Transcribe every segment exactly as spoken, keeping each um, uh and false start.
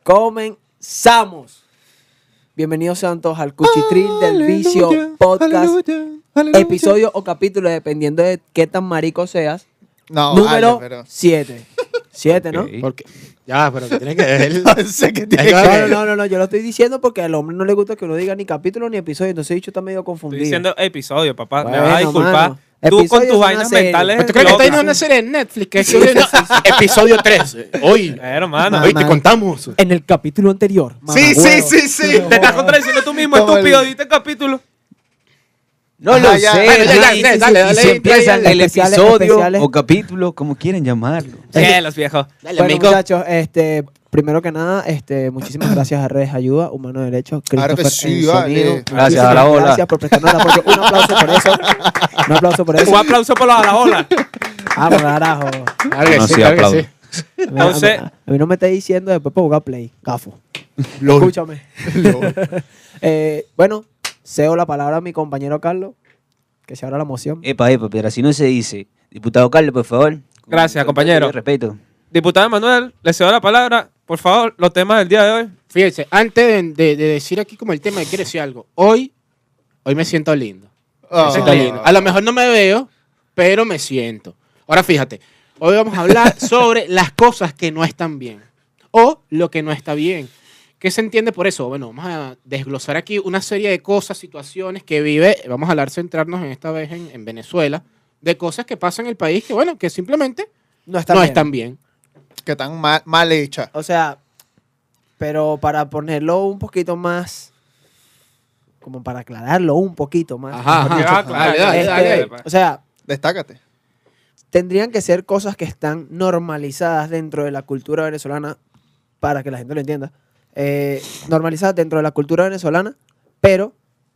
Comenzamos. Bienvenidos sean todos al Cuchitril del Vicio Podcast. Aleluya, aleluya. Episodio o capítulo, dependiendo de qué tan marico seas. No, número siete. siete, ¿no? Okay. Porque, ya, pero que tiene que ver. no sé qué tiene que no, ver. no, no, no, yo lo estoy diciendo porque al hombre no le gusta que uno diga ni capítulo ni episodio. Entonces, dicho está medio confundido. Estoy diciendo episodio, papá. Bueno, Me vas a disculpar. mano. Tú Episodio con es tus una vainas serie. mentales. ¿Tú crees que está locas. viendo una serie en Netflix? Que es episodio tres. Hoy. Hermano. Hoy te contamos. En el capítulo anterior. Sí, sí, sí, sí. Te estás contradiciendo tú mismo, Como estúpido. el- Diste el capítulo. No Ajá, lo ya. sé. Bueno, ya, ya, y- dale, y- dale, y dale, si empiezan dale, el especiales, episodio especiales. o capítulo, como quieren llamarlo. ¿Qué, los viejos? Dale, Bueno, amigo. muchachos, este, primero que nada, este, muchísimas gracias a Redes Ayuda, Humano Derecho, Claro que Christopher sí, en vale. sonido. Gracias, Muchísimas a la ola. Gracias por prestarnos el apoyo. Un aplauso por eso. Un aplauso por eso. Un aplauso por los a la ola. Ah, por carajo. Claro que No, sí, sí, claro que aplaudo. sí. A mí- Entonces- a, mí, a mí no me estés diciendo después para jugar Play, gafo. Lol. Escúchame. Lol. Eh, bueno, cedo la palabra a mi compañero Carlos, que se abra la moción. Epa, epa, pero así no se dice. Diputado Carlos, por favor. Gracias, compañero. Respeto. Diputado Manuel, le cedo la palabra. Por favor, los temas del día de hoy. Fíjense, antes de, de- de decir aquí como el tema, quiero decir algo. Hoy, hoy me siento lindo. Oh. Me siento lindo. A lo mejor no me veo, pero me siento. Ahora fíjate, hoy vamos a hablar sobre las cosas que no están bien. O lo que no está bien. ¿Qué se entiende por eso? Bueno, vamos a desglosar aquí una serie de cosas, situaciones que vive, vamos a hablar, centrarnos en esta vez en, en Venezuela, de cosas que pasan en el país que, bueno, que simplemente No está no bien. están bien. Que tan mal, mal hecha. O sea, pero para ponerlo un poquito más, como para aclararlo un poquito más. Ajá, ajá. Ah, claro. Dale, dale, Este, dale, dale. O sea, Destácate. tendrían que ser cosas que están normalizadas dentro de la cultura venezolana, para que la gente lo entienda, eh, normalizadas dentro de la cultura venezolana, pero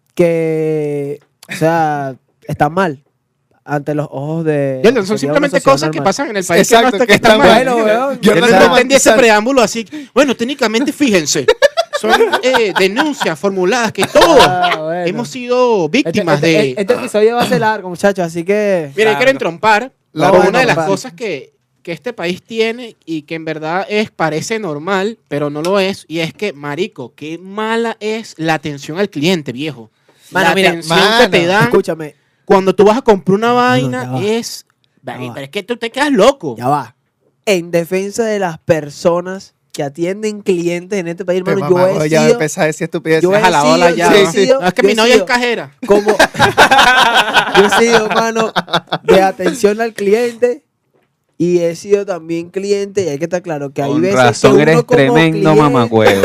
que, o sea, están mal ante los ojos de... Jordan, son sería simplemente una sociedad cosas que normal. pasan en el país Exacto, que, no está- que que están están mal. mal. Bueno, weón. Yo Yo no no entendí ese romantizar- preámbulo así. Bueno, técnicamente, fíjense, son eh, denuncias formuladas que todos Ah, bueno. hemos sido Este, víctimas este- de... este episodio va a ser largo, muchachos, así que... Mira, Claro. quiero entrompar La con buena una de las trompada. cosas que, que este país tiene y que en verdad es parece normal, pero no lo es, y es que, marico, qué mala es la atención al cliente, viejo. Mano, la mira, atención que mano, te dan Escúchame, cuando tú vas a comprar una ya vaina va. es... Ya va. Pero es que tú te quedas loco. ya va. En defensa de las personas que atienden clientes en este país, Pero, hermano, mamá, yo he ya sido... empezar a decir estupideces. yo he Deja la sido- ola ya. yo he ¿no? sido- No, es que yo mi he novia es sido cajera. como yo he sido, mano, de atención al cliente y he sido también cliente y hay que estar claro que hay Con veces razón, que uno eres como tremendo cliente- mamacuevo.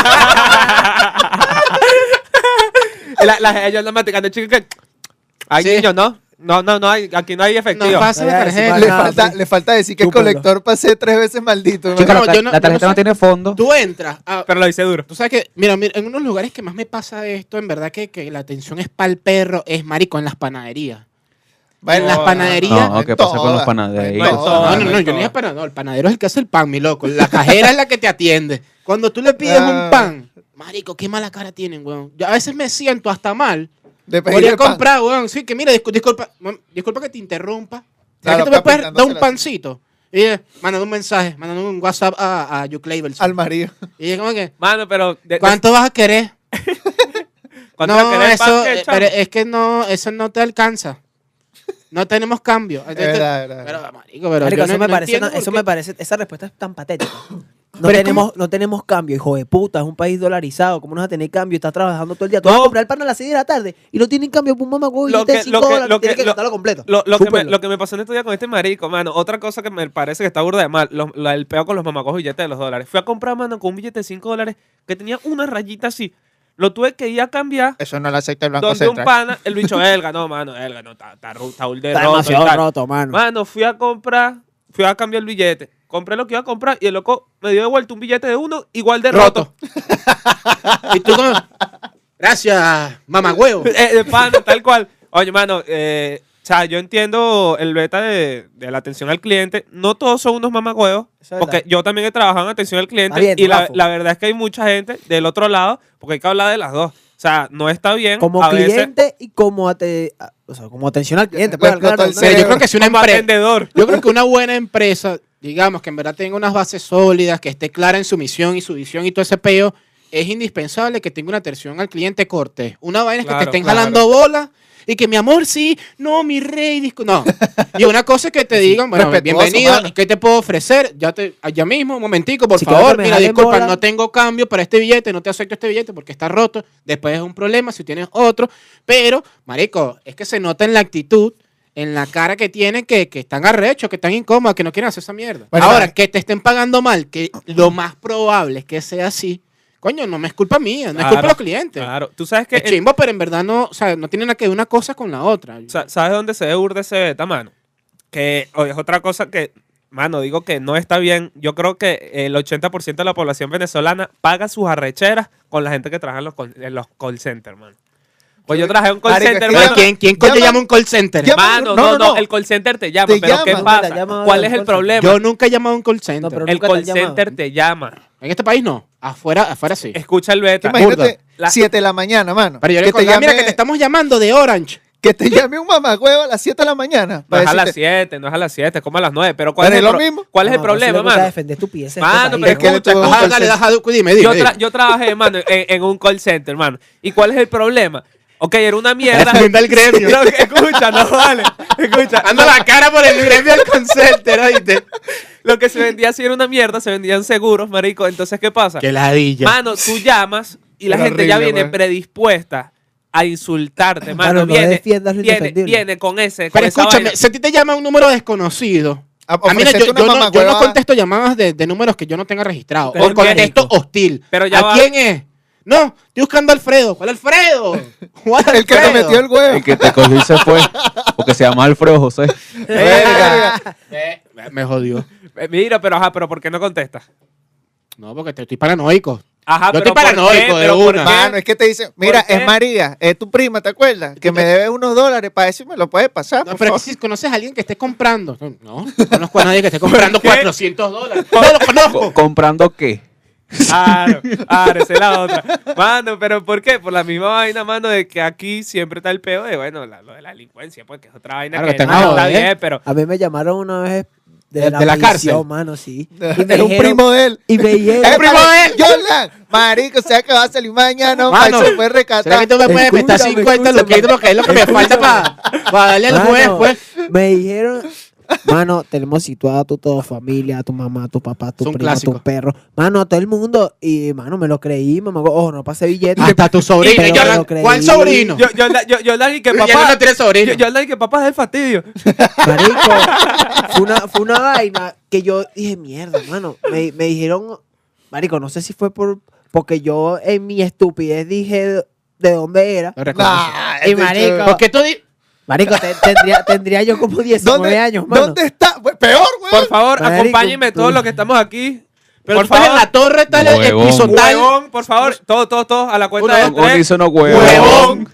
La, la, ellos andan maticando, chicos, que... Hay Sí. niños, ¿no? No, no, no hay. Aquí no hay efectivo. No pasa la Ya, tarjeta. Le Nada, falta, sí. le falta decir que el Chúpalo. colector pasé tres veces maldito. Chico, hermano. no, yo no- la yo tarjeta no no, sé. tiene fondo. Tú entras a, Pero lo dice duro. Tú sabes que, mira, mira, en unos lugares que más me pasa esto, en verdad que, que la atención es para el perro, es marico, en las panaderías. Bueno, en las no, panaderías. No, en ¿qué pasa con los todas. panaderos? En todas. No, no, no, yo no todas. es para, no, el panadero es el que hace el pan, mi loco. La cajera es la que te atiende. Cuando tú le pides Ah. un pan, marico, qué mala cara tienen, weón. Yo a veces me siento hasta mal. de Voy pedir a el pan. comprar, weón. Sí, que mira, discu- disculpa, weón, disculpa que te interrumpa. ¿Sabes Claro, que tú me puedes papi, dar un dándosela. pancito? Y eh, mandando un mensaje, mandando un WhatsApp a, a Yuke Labels. Al marido. Y es como que, Mano, pero... de- de- ¿cuánto vas a querer? ¿cuánto va a No, querer el eso, pan que eh, echamos? pero es que no, eso no te alcanza. No tenemos cambio. Entonces, Era, era, pero, era. marico, pero Marico, yo eso, no- me no parece entiendo una- por eso qué. me parece, esa respuesta es tan patética. No Pero es tenemos, no tenemos cambio, hijo de puta, es un país dolarizado, ¿cómo no vas a tener cambio? Estás trabajando todo el día, tú vas a No. comprar el pan a las seis de la tarde y no tienen cambio, pum, mamá, güey, Lo y te que- cinco lo que- dólares, lo tienes que- que lo- gastarlo completo. Lo, lo que me, Chúpenlo. lo que me pasó en estos días con este marico, mano, otra cosa que me parece que está burda de mal, los- la- el peo con los mamacos billetes de los dólares. Fui a comprar, mano, con un billete de cinco dólares que tenía una rayita así. Lo tuve que ir a cambiar Eso no lo acepta el Banco donde un Central. pana, el bicho, Elga, no, mano, Elga, no, está, está, ru- está de Está roto y demasiado tal. roto, mano. Mano, fui a comprar, fui a cambiar el billete. Compré lo que iba a comprar y el loco me dio de vuelta un billete de uno igual de roto. Y tú como, gracias, mamagüevo. Eh, de pana, tal cual. Oye, mano, eh, o sea, yo entiendo el beta de, de la atención al cliente. No todos son unos mamagüeos, Eso es porque verdad. yo también he trabajado en atención al cliente. Está bien, y la, Rafa. la verdad es que hay mucha gente del otro lado, porque hay que hablar de las dos. O sea, no está bien. Como a veces, cliente y como, ate- o sea, como atención al cliente. Le Pues, explotó claro, el no, Pero yo cerebro. creo que si una como empresa, atendedor. yo creo que una buena empresa digamos que en verdad tenga unas bases sólidas, que esté clara en su misión y su visión y todo ese peo, es indispensable que tenga una atención al cliente cortés. Una vaina es que Claro, te estén claro. jalando bolas y que mi amor, sí, no, mi rey, disco, no. Y una cosa es que te digan, bueno, respetuoso, bienvenido, mano. ¿qué te puedo ofrecer? Ya te, allá mismo, un momentico, por Si quiero favor, que me mira, jalen disculpa, bola. no tengo cambio para este billete, no te acepto este billete porque está roto, después es un problema si tienes otro, pero, marico, es que se nota en la actitud, en la cara que tienen, que, que están arrechos, que están incómodos, que no quieren hacer esa mierda. Bueno, Ahora, vale. que te estén pagando mal, que lo más probable es que sea así, coño, no me es culpa mía, no es Claro, culpa de los clientes. Claro. Tú sabes que... Es chimbo, pero en verdad no, o sea, no tiene nada que ver una cosa con la otra. Sa- ¿Sabes dónde se ve burda ese beta, mano? Que o es otra cosa que, mano, digo que no está bien. Yo creo que el ochenta por ciento de la población venezolana paga sus arrecheras con la gente que trabaja en los call, en los call centers, mano. Pues yo trabajé en un call Marico, center, es que- mano. ¿Quién, quién coño llama- llama un call center? llama- Mano, No, no, no, no, no. el call center te llama, Te pero ¿qué llama. pasa? Llama ¿Cuál al es el call center. problema? Yo nunca he llamado a un call center. No, pero el nunca te call han llamado. center te llama. En este país no. Afuera, afuera sí. Escucha el beta. Imagínate, La- siete de la mañana, mano. Pero yo le que, te colgaba, mira llame, que te estamos llamando de Orange. que te llame un mamagüevo a las siete de la mañana. No para es a las decirte- siete, no es a las siete, es como a las nueve. Pero ¿cuál Pero es el, es lo pro- mismo. ¿cuál es el No, pero si problema, le gusta mano? defender estupideces Mano, de este pero país. Es que le escucha, tuvo- escucha. Ajá, dale, deja, dime, dime. Yo, dime. tra- yo trabajé, mano, en, en un call center, mano. ¿Y cuál es el problema? Ok, era una mierda. Defienda el gremio. No, que escucha, no vale. Escucha. Anda la cara por el gremio del call center, ¿oíste? Lo que se vendía así era una mierda, se vendían seguros, marico. Entonces, ¿qué pasa? Qué ladilla. Mano, tú llamas y la Era gente ya horrible, viene man. predispuesta a insultarte, mano. Mano, no viene, defiendas lo viene, indefendible. viene con ese. Con Pero esa escúchame, vaina. si a ti te llama un número desconocido. A- A mí no, ofrecerte yo, una yo no, yo no mamagüeva- contesto llamadas de, de números que yo no tenga registrado. Pero O es contesto marico. hostil. Pero ya ¿A va. quién es? No, estoy buscando a Alfredo. ¿Cuál Alfredo? ¿Cuál El que te Alfredo? metió el huevo. El que te cogió y se fue. Porque se llama Alfredo José. Verga. Eh, me jodió. Eh, Mira, pero ajá, pero ¿por qué no contestas? No, porque te estoy paranoico. Ajá, Yo pero estoy ¿por paranoico qué? de ¿Pero por una. qué? Mano, es que te dicen, mira, qué? es María, es tu prima, ¿te acuerdas? Que me debe unos dólares para eso y me lo puedes pasar, No, por pero favor. si conoces a alguien que esté comprando. No, no conozco a nadie que esté comprando qué? cuatrocientos dólares. No lo conozco. Co- ¿Comprando qué? Claro, claro, esa es la otra. Mano, pero ¿por qué? Por la misma vaina, mano, de que aquí siempre está el peo de, bueno, la- lo de la delincuencia, pues, que es otra vaina Claro, que que te no joden, está ¿eh? bien, pero... A mí me llamaron una vez de, De- la, de la prisión, cárcel. mano, sí. Y me Era un dijeron- primo de él. Y me dijeron... ¡El primo de él! ¡Jordan! Marico, o sea que va a salir mañana, Mano, para se puede ¿Será rescatar. que tú me puedes Escúchame, prestar cincuenta escúchame. loquitos? Porque es lo que me falta para darle al Mano, juez, pues. Me dijeron, mano, tenemos situado a tu toda familia, a tu mamá, a tu papá, a tu Son primo, a clásicos. tu perro. Mano, a todo el mundo. Y, mano, me lo creí, mamá. Ojo, no pasé billete. Hasta tu sobrino. Pero Yo me no- lo creí. ¿Cuál sobrino? Yo, yo, yo, yo le dije que Ya papá... no tiene sobrino. Yo, yo le dije que papá es el fastidio. Marico, fue una, fue una vaina que yo dije, mierda, mano. Me, me dijeron, marico, no sé si fue por porque yo en mi estupidez dije de, de dónde era. Lo reconoce. Nah, Y este marico, chico- ¿Por qué tú di- Marico, te- tendría, tendría yo como diecinueve ¿Dónde, años, mano. ¿Dónde está? Pues, peor, güey. Por favor, Marico, acompáñenme tú- todos los que estamos aquí. Pero por tú estás favor, en la torre, tal, el Huevón. piso tal. huevón, por favor, todos, todos, todos, a la cuenta Uno, de dos, Un tres. unísono huevón. Huevón.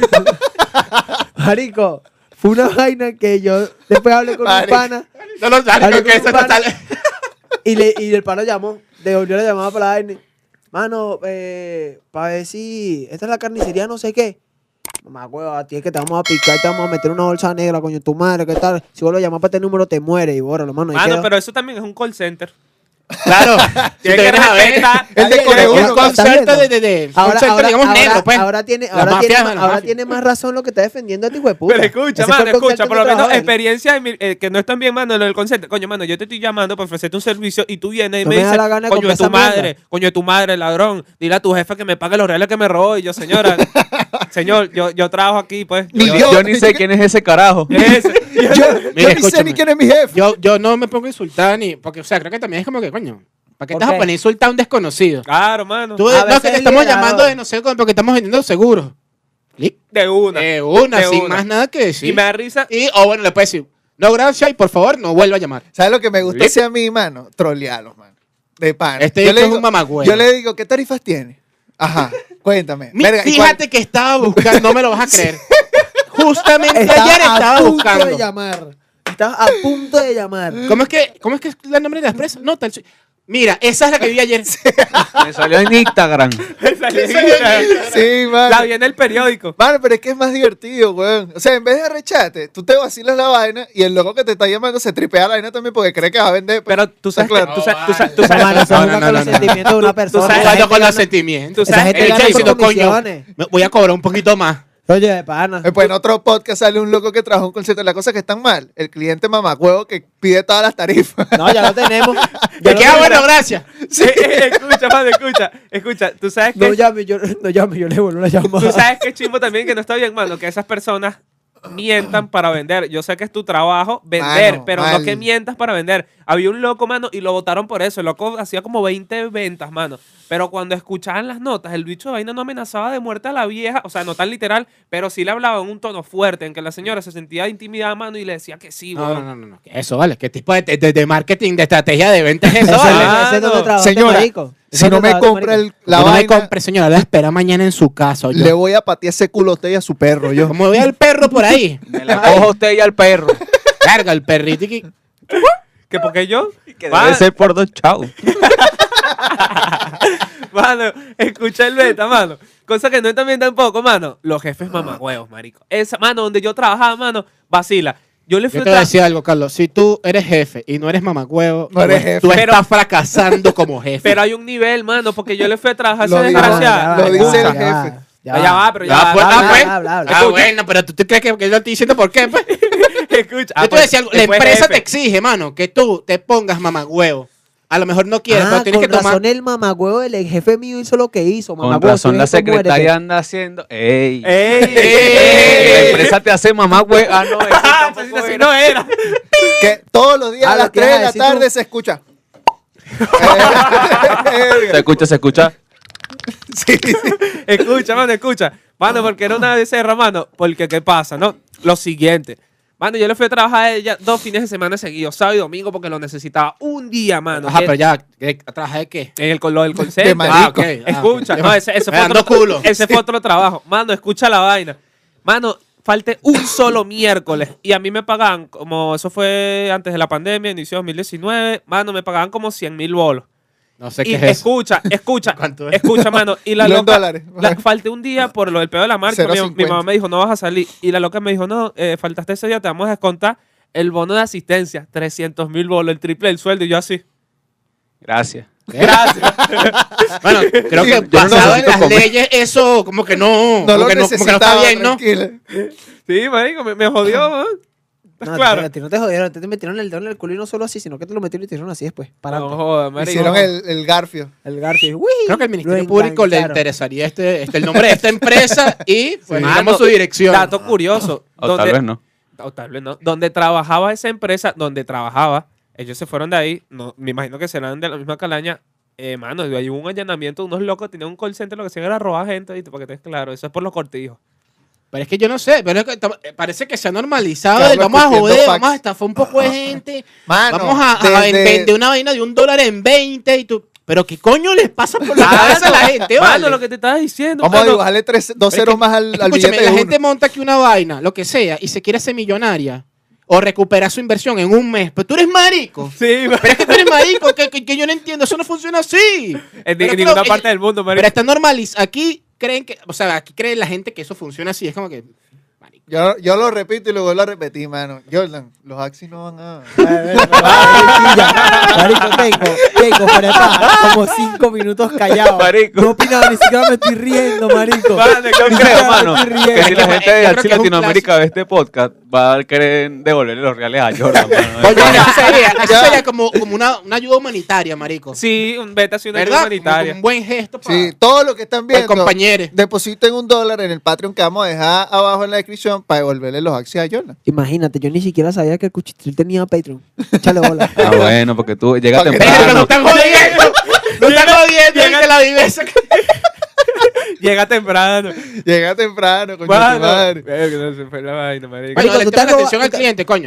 Marico, fue una vaina que yo después hablé con Marico. un pana No lo sabes, Dale, porque con eso un pana. total. y, le, y el pana llamó, devolvió la llamada para la vaina. Mano, eh, para ver si esta es la carnicería, no sé qué. Mamá, huevo, a ti es que te vamos a picar, te vamos a meter una bolsa negra, coño, tu madre, ¿qué tal? Si vuelvo a llamar para este número, te muere y bórralo, mano. ahí Mano, quedó. pero eso también es un call center. Claro. Si te Tienes que vienes a ver. respetar. El de Está Core bien, uno, Un está concepto de, bien. de, de Ahora, concepto, ahora, digamos, ahora- negro, pues. ahora tiene, La ahora, mafia, tiene, la ahora mafia. tiene más razón lo que está defendiendo a tu hijo de puta. Pero escucha, Ese fue mano, el concepto escucha, que por lo menos trabajaba él. experiencia de mi- eh, que no están bien, mano, lo del call center. Coño, mano, yo te estoy llamando para ofrecerte un servicio y tú vienes y No me me da dices, la gana de coño de comprar tu esa madre, mierda. coño de tu madre, ladrón. Dile a tu jefe que me pague los reales que me robó. Y yo, señora, señor, yo, yo trabajo aquí, pues. Ni Yo- yo. Yo ni sé quién es ese carajo. Ese. Yo, yo Mira, ni sé escúchame. ni quién es mi jefe. Yo, yo no me pongo a insultar ni. Porque, o sea, creo que también es como que, coño, ¿para qué ¿Por te vas a qué? poner a insultar a un desconocido? Claro, mano. Tú, A no, veces que te el estamos liderazgo- llamando de no sé cómo, porque estamos vendiendo seguros. Clic. De una. De una, De sin una. más nada que decir. Y me da risa. Y, o bueno, le puedes decir, no, gracias, y por favor, no vuelva a llamar. ¿Sabes lo que me gusta Lip. hacer a mí, mano? Trolearlos, mano. De pan. Este yo bicho le es digo, un mamagüey. Yo le digo, ¿qué tarifas tiene? Ajá, cuéntame. Mi- Verga, ¿y fíjate que estaba buscando, no me lo vas a creer. Justamente Estaba ayer estaba a punto buscando. de llamar. Estaba a punto de llamar. ¿Cómo es que, cómo es que es el nombre de la empresa? No, tal. Mira, esa es la que vi ayer. Me salió en Instagram. Sí, mano. La vi en el periódico. Mano, pero es que es más divertido, weón. O sea, en vez de arrecharte, tú te vacilas la vaina y el loco que te está llamando se tripea la vaina también porque cree que va a vender. pues. Pero tú sabes, Está que, tú sabes, tú sabes, tú Esa sabes- mano, eso no, juega no, con no, los no. sentimientos de una Tú- tú persona. sabes- Esa Jugando gente con los gana- sentimientos. tú esa sabes- gente Él gana está por diciendo, coño, comisiones. me voy a cobrar un poquito más. Oye, de pana. Después en otro podcast sale un loco que trabaja un concierto. Las cosas que están mal, el cliente mamacuevo que pide todas las tarifas. No, ya lo tenemos. Ya Me lo queda tenemos. bueno, gracias. Sí, escucha, mano, escucha, escucha. Tú sabes que No llame, yo, no llame, yo le vuelvo la llamada. tú sabes que chimbo también que no está bien, mano, que esas personas mientan para vender. Yo sé que es tu trabajo vender, Mano, pero mal. no que mientas para vender. Había un loco, mano, y lo votaron por eso. El loco hacía como veinte ventas, mano. Pero cuando escuchaban las notas, el bicho de vaina no amenazaba de muerte a la vieja, o sea, no tan literal, pero sí le hablaba en un tono fuerte, en que la señora se sentía intimidada, mano, y le decía que sí, No, weón. no, no, no, no. Eso vale. ¿Qué tipo de, de, de marketing, de estrategia de venta es eso? Ese vale? Ah, ese es donde no. trabaja este Señora, marico. Ese Si es no donde me trabaja este compra marico. el, la no me vaina, compre, señora. La espera mañana en su casa. oye. le voy a patear ese culo a usted y a su perro. Yo. Como ve al perro por ahí. Me la cojo a usted y al perro. Carga el perrito. que- ¿Que porque yo? Que Mano, debe ser por dos chavos. mano, escucha el beta, mano. Cosa que no es también tampoco, mano. Los jefes mamagüeos, marico. Esa, mano, donde yo trabajaba, mano, vacila. Yo le fui Yo a te voy a tra- decir algo, Carlos. Si tú eres jefe y no eres mamagüevo, No eres tú- jefe. tú Pero- estás fracasando como jefe. Pero hay un nivel, mano, porque yo le fui a trabajar a Lo esa digo, desgraciada. lo ya dice va, el ya jefe. va, Ya, ya va, pero ya, Ah, va. pues, habla, ah, habla, pues. habla, habla. Ah, Escucha. bueno, pero tú, tú crees que, que yo te estoy diciendo por qué, pues. Escucha. Ah, Yo te voy a pues, decir algo. La después empresa jefe. te exige, mano, que tú te pongas mamagüevo. A lo mejor no quieres, Ah, pero tienes con que tomar. razón el mamagüevo del ex jefe mío hizo lo que hizo. Con mamagüevo, razón tú la eres como eres, secretaria que- anda haciendo. ¡Ey! ¡Ey! Ey, La ¡Ey! empresa te hace mamá, güey. Ah, no, eso Ah, tampoco pues, así era. no era. Que todos los días Ah, a lo las que tres ibas de a la decir tarde tú. se escucha. Se escucha, se escucha. Sí, sí. Escucha, mano, escucha. Mano, porque era una becerra, mano. Porque, ¿qué pasa, no? Lo siguiente. Mano, yo le fui a trabajar a ella dos fines de semana seguidos, sábado y domingo, porque lo necesitaba un día, mano. Ajá, que- pero ya, ¿qué- ¿a trabajar de qué? En el, con lo del De concepto. marico. Ah, ok. Ah, Escucha, ok. no, ese, ese fue Me otro, dando culo. ese fue otro trabajo. Mano, escucha la vaina. Mano, falté un solo miércoles y a mí me pagaban, como eso fue antes de la pandemia, inicio de dos mil diecinueve, mano, me pagaban como cien mil bolos. No sé Y qué es eso. escucha, escucha, ¿Cuánto es? escucha, mano. Y la Mil en loca, dólares. la- falté un día por lo del pedo de la marca. cero Mi, mi cincuenta. mamá me dijo, no vas a salir. Y la loca me dijo, no, eh, faltaste ese día, te vamos a descontar el bono de asistencia, trescientos mil bolos, el triple del sueldo. Y yo así. Gracias. Gracias. Bueno, creo Sí, que yo no basado en necesito las comer. leyes, eso como que no, No como, lo que no como que no necesitaba, está bien, ¿no? tranquila. Sí, marico, me, me jodió, man. ¿Estás No, claro? a ti no te jodieron, a ti te metieron el dedo en el culo y no solo así, sino que te lo metieron y te hicieron así después. Para No jodas, marico. Hicieron el, el garfio. el Garfio. ¡Uy! Creo que al Ministerio Lo Público le engancharon. interesaría este, este, el nombre de esta empresa y pues Mano, digamos su dirección. Dato curioso. O donde- tal vez no. o tal vez no. Donde trabajaba esa empresa, donde trabajaba, ellos se fueron de ahí. No, me imagino que serán de la misma calaña. Eh, mano, hay un allanamiento de unos locos, tenían un call center, lo que hacían era robar gente, ¿viste? Porque estés claro, eso es por los cortijos. Pero es que yo no sé, pero es que tam- parece que se ha normalizado. Carlos el vamos a escupiendo joder, fax. vamos a estafar un poco de gente. Mano, vamos a, a desde- vender una vaina de un dólar en veinte y tú. Pero ¿qué coño les pasa por la cabeza a la gente, Mano, vale? lo que te estaba diciendo. Vamos a mano. dibujarle tres, dos Pero es ceros que- más al, al Escúchame, billete de la uno. gente monta aquí una vaina, lo que sea, y se quiere hacer millonaria o recuperar su inversión en un mes. Pero tú eres marico. Sí, Pero es que tú eres marico, que, que- que yo no entiendo, eso no funciona así. en, Pero en creo ninguna que- parte del mundo, marico. Pero está normalizado. Aquí creen que, o sea, aquí cree la gente que eso funciona así. Es como que, marico. Yo, yo lo repito y lo vuelvo a repetir, mano. Jordan, los Axis no van a... Marico, tengo, tengo, para estar como cinco minutos callado. Marico. No opinaba, ni siquiera me estoy riendo, marico. Mano, Yo Ni creo, siquiera me mano, estoy que riendo. si la Yo gente creo de que Archie es un Latinoamérica ve este podcast, va a querer devolverle los reales a Jordan, mano. Oye, eso sería, eso Ya. sería como, como una, una ayuda humanitaria, marico. Sí, un beta, sí, una ayuda ¿Verdad? Como, humanitaria. como un buen gesto para Sí, todos los que están viendo, compañeros. depositen un dólar en el Patreon que vamos a dejar abajo en la descripción para devolverle los Axis a Jordan. Imagínate, yo ni siquiera sabía que el Cuchitril tenía Patreon. Échale bola. Ah, bueno, porque tú llegas Pa' que Pero no temprano. están jodiendo. No están jodiendo. llega- que la viveza. Llega temprano. Llega temprano, coño, Mano, tu madre. Verga, no se fue la vaina, marico. Bueno, Marico, le tú tengo te la roba- atención al tú te- cliente, coño.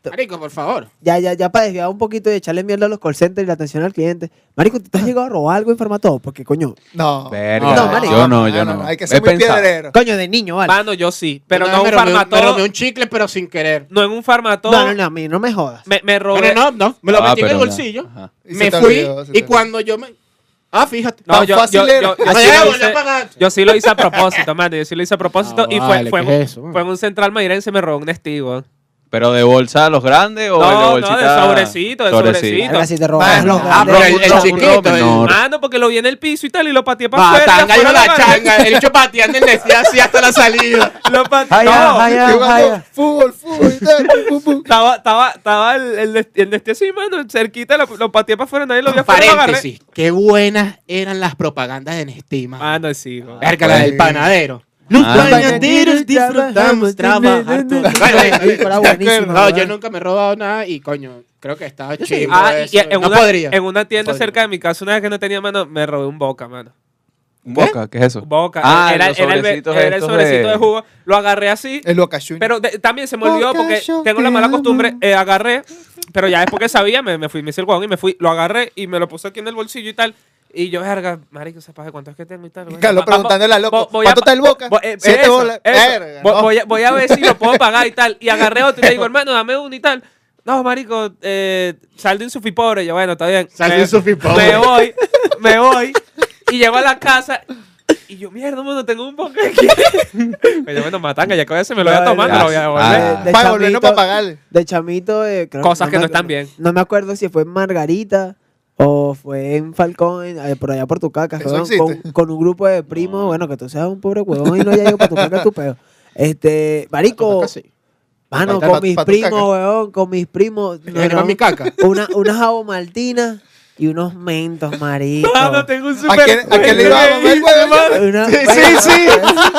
Marico, por favor. Ya, ya, ya para desviar un poquito y echarle mierda a los call centers y la atención al cliente. Marico, ¿tú te has llegado a robar algo en Farmatodo? Porque, coño, No. Verga, No, marico. yo no, yo no. Hay que He ser muy pensado. piedrero. coño, de niño, ¿vale? Mano, yo sí. Pero Una no vez un me robé- Me farmatodo. robé un chicle, pero sin querer. No en un farmatodo. No, no, no, a mí no me jodas. Me, me robé. Bueno, no, no. Me lo Ah, metí en el pero ya. bolsillo. Ajá. Y se Me te fui. olvidó, se te Y cuando yo me. Ah, fíjate. No, Tan yo, fácil yo, era. yo, yo No, sí ya, lo volví a hice, pagar. yo sí lo hice a propósito, mano. Yo sí lo hice a propósito. Ah, y fue, vale, fue, ¿qué en- es eso, man? fue en un central mairense y me robó un Nestigo. ¿Pero de bolsa los grandes o No, de no, bolsita? de sobrecito, de sobrecito. Verga, si te robas Mano, los Ah, grandes, pero el, el mucho, chiquito. el- menor. Mano, porque lo vi en el piso y tal y lo pateé para Va, afuera. y tanga, afuera yo la lo agarré. changa. El hecho pateando el decía así hasta la salida. Lo pateé. Ay, No, ay, ay. Jugando fútbol, fútbol y tal. pum, pum. Estaba, estaba, estaba el, el, dest- el Nesti así, mano, cerquita, lo, lo pateé para afuera, nadie lo vio afuera, lo agarré. Paréntesis. Qué buenas eran las propagandas de Nestima. Mano, sí, güey. Verga, la del panadero. Los Los panaderos disfrutamos trabajar. todo- Bueno, Ay, fuera buenísimo, No, yo ¿verdad? nunca me he robado nada y coño, creo que estaba chido. Ah, y- y eso. en, no una, podría. en una tienda Podría. cerca de mi casa, una vez que no tenía mano, me robé un Boca, mano. ¿Un Boca? ¿Qué es eso? Boca. Ah, era, los era el, sobrecitos era el estos sobrecito de... de- jugo. Lo agarré así. El Boca Juniors. Pero de- también se me olvidó Boca porque yo tengo la te mala amo. costumbre. eh, agarré, pero ya después que sabía, me, me fui, me hice el huevón y me fui. Lo agarré y me lo puse aquí en el bolsillo y tal. Y yo, verga, marico, ¿sabes de cuánto es que tengo y tal? Bueno, Carlos va- preguntándole a vo- loco, voy a ¿cuánto pa- está el Boca? vo- eh, Siete eso, bolas. eso. Verga, Vo- no. voy, a, voy a ver si lo puedo pagar y tal. Y agarré otro y le digo, hermano, dame uno y tal. No, marico, eh, saldo en sufi pobre. Yo, bueno, está bien. Saldo Me- en sufi pobre. Me voy, me voy. Y llego a la casa y yo, mierda, mano, tengo un boca aquí. Pero bueno, matanga, ya que a veces me lo voy a tomar, me lo voy a devolver. Ah. De Para volvernos chamito- para pagarle. De chamito, eh, creo- Cosas que me no acu- están bien. No me acuerdo si fue en Margarita o fue en Falcón, en- eh, por allá por tu caca, Eso weón, existe. con, con un grupo de primos. Bueno, que tú seas un pobre huevón y no haya ido para tu caca, tu peo. Este, marico, Casi. mano, Pa- con pa- mis pa' tu primos, caca. weón, con mis primos. ¿Quieres llevar mi caca? Una, una jabo maltina y unos mentos, marico. Mano, tengo un ¿A super. quién, ¿A quién le iba a mamar el huevo? Una, Sí, sí, sí.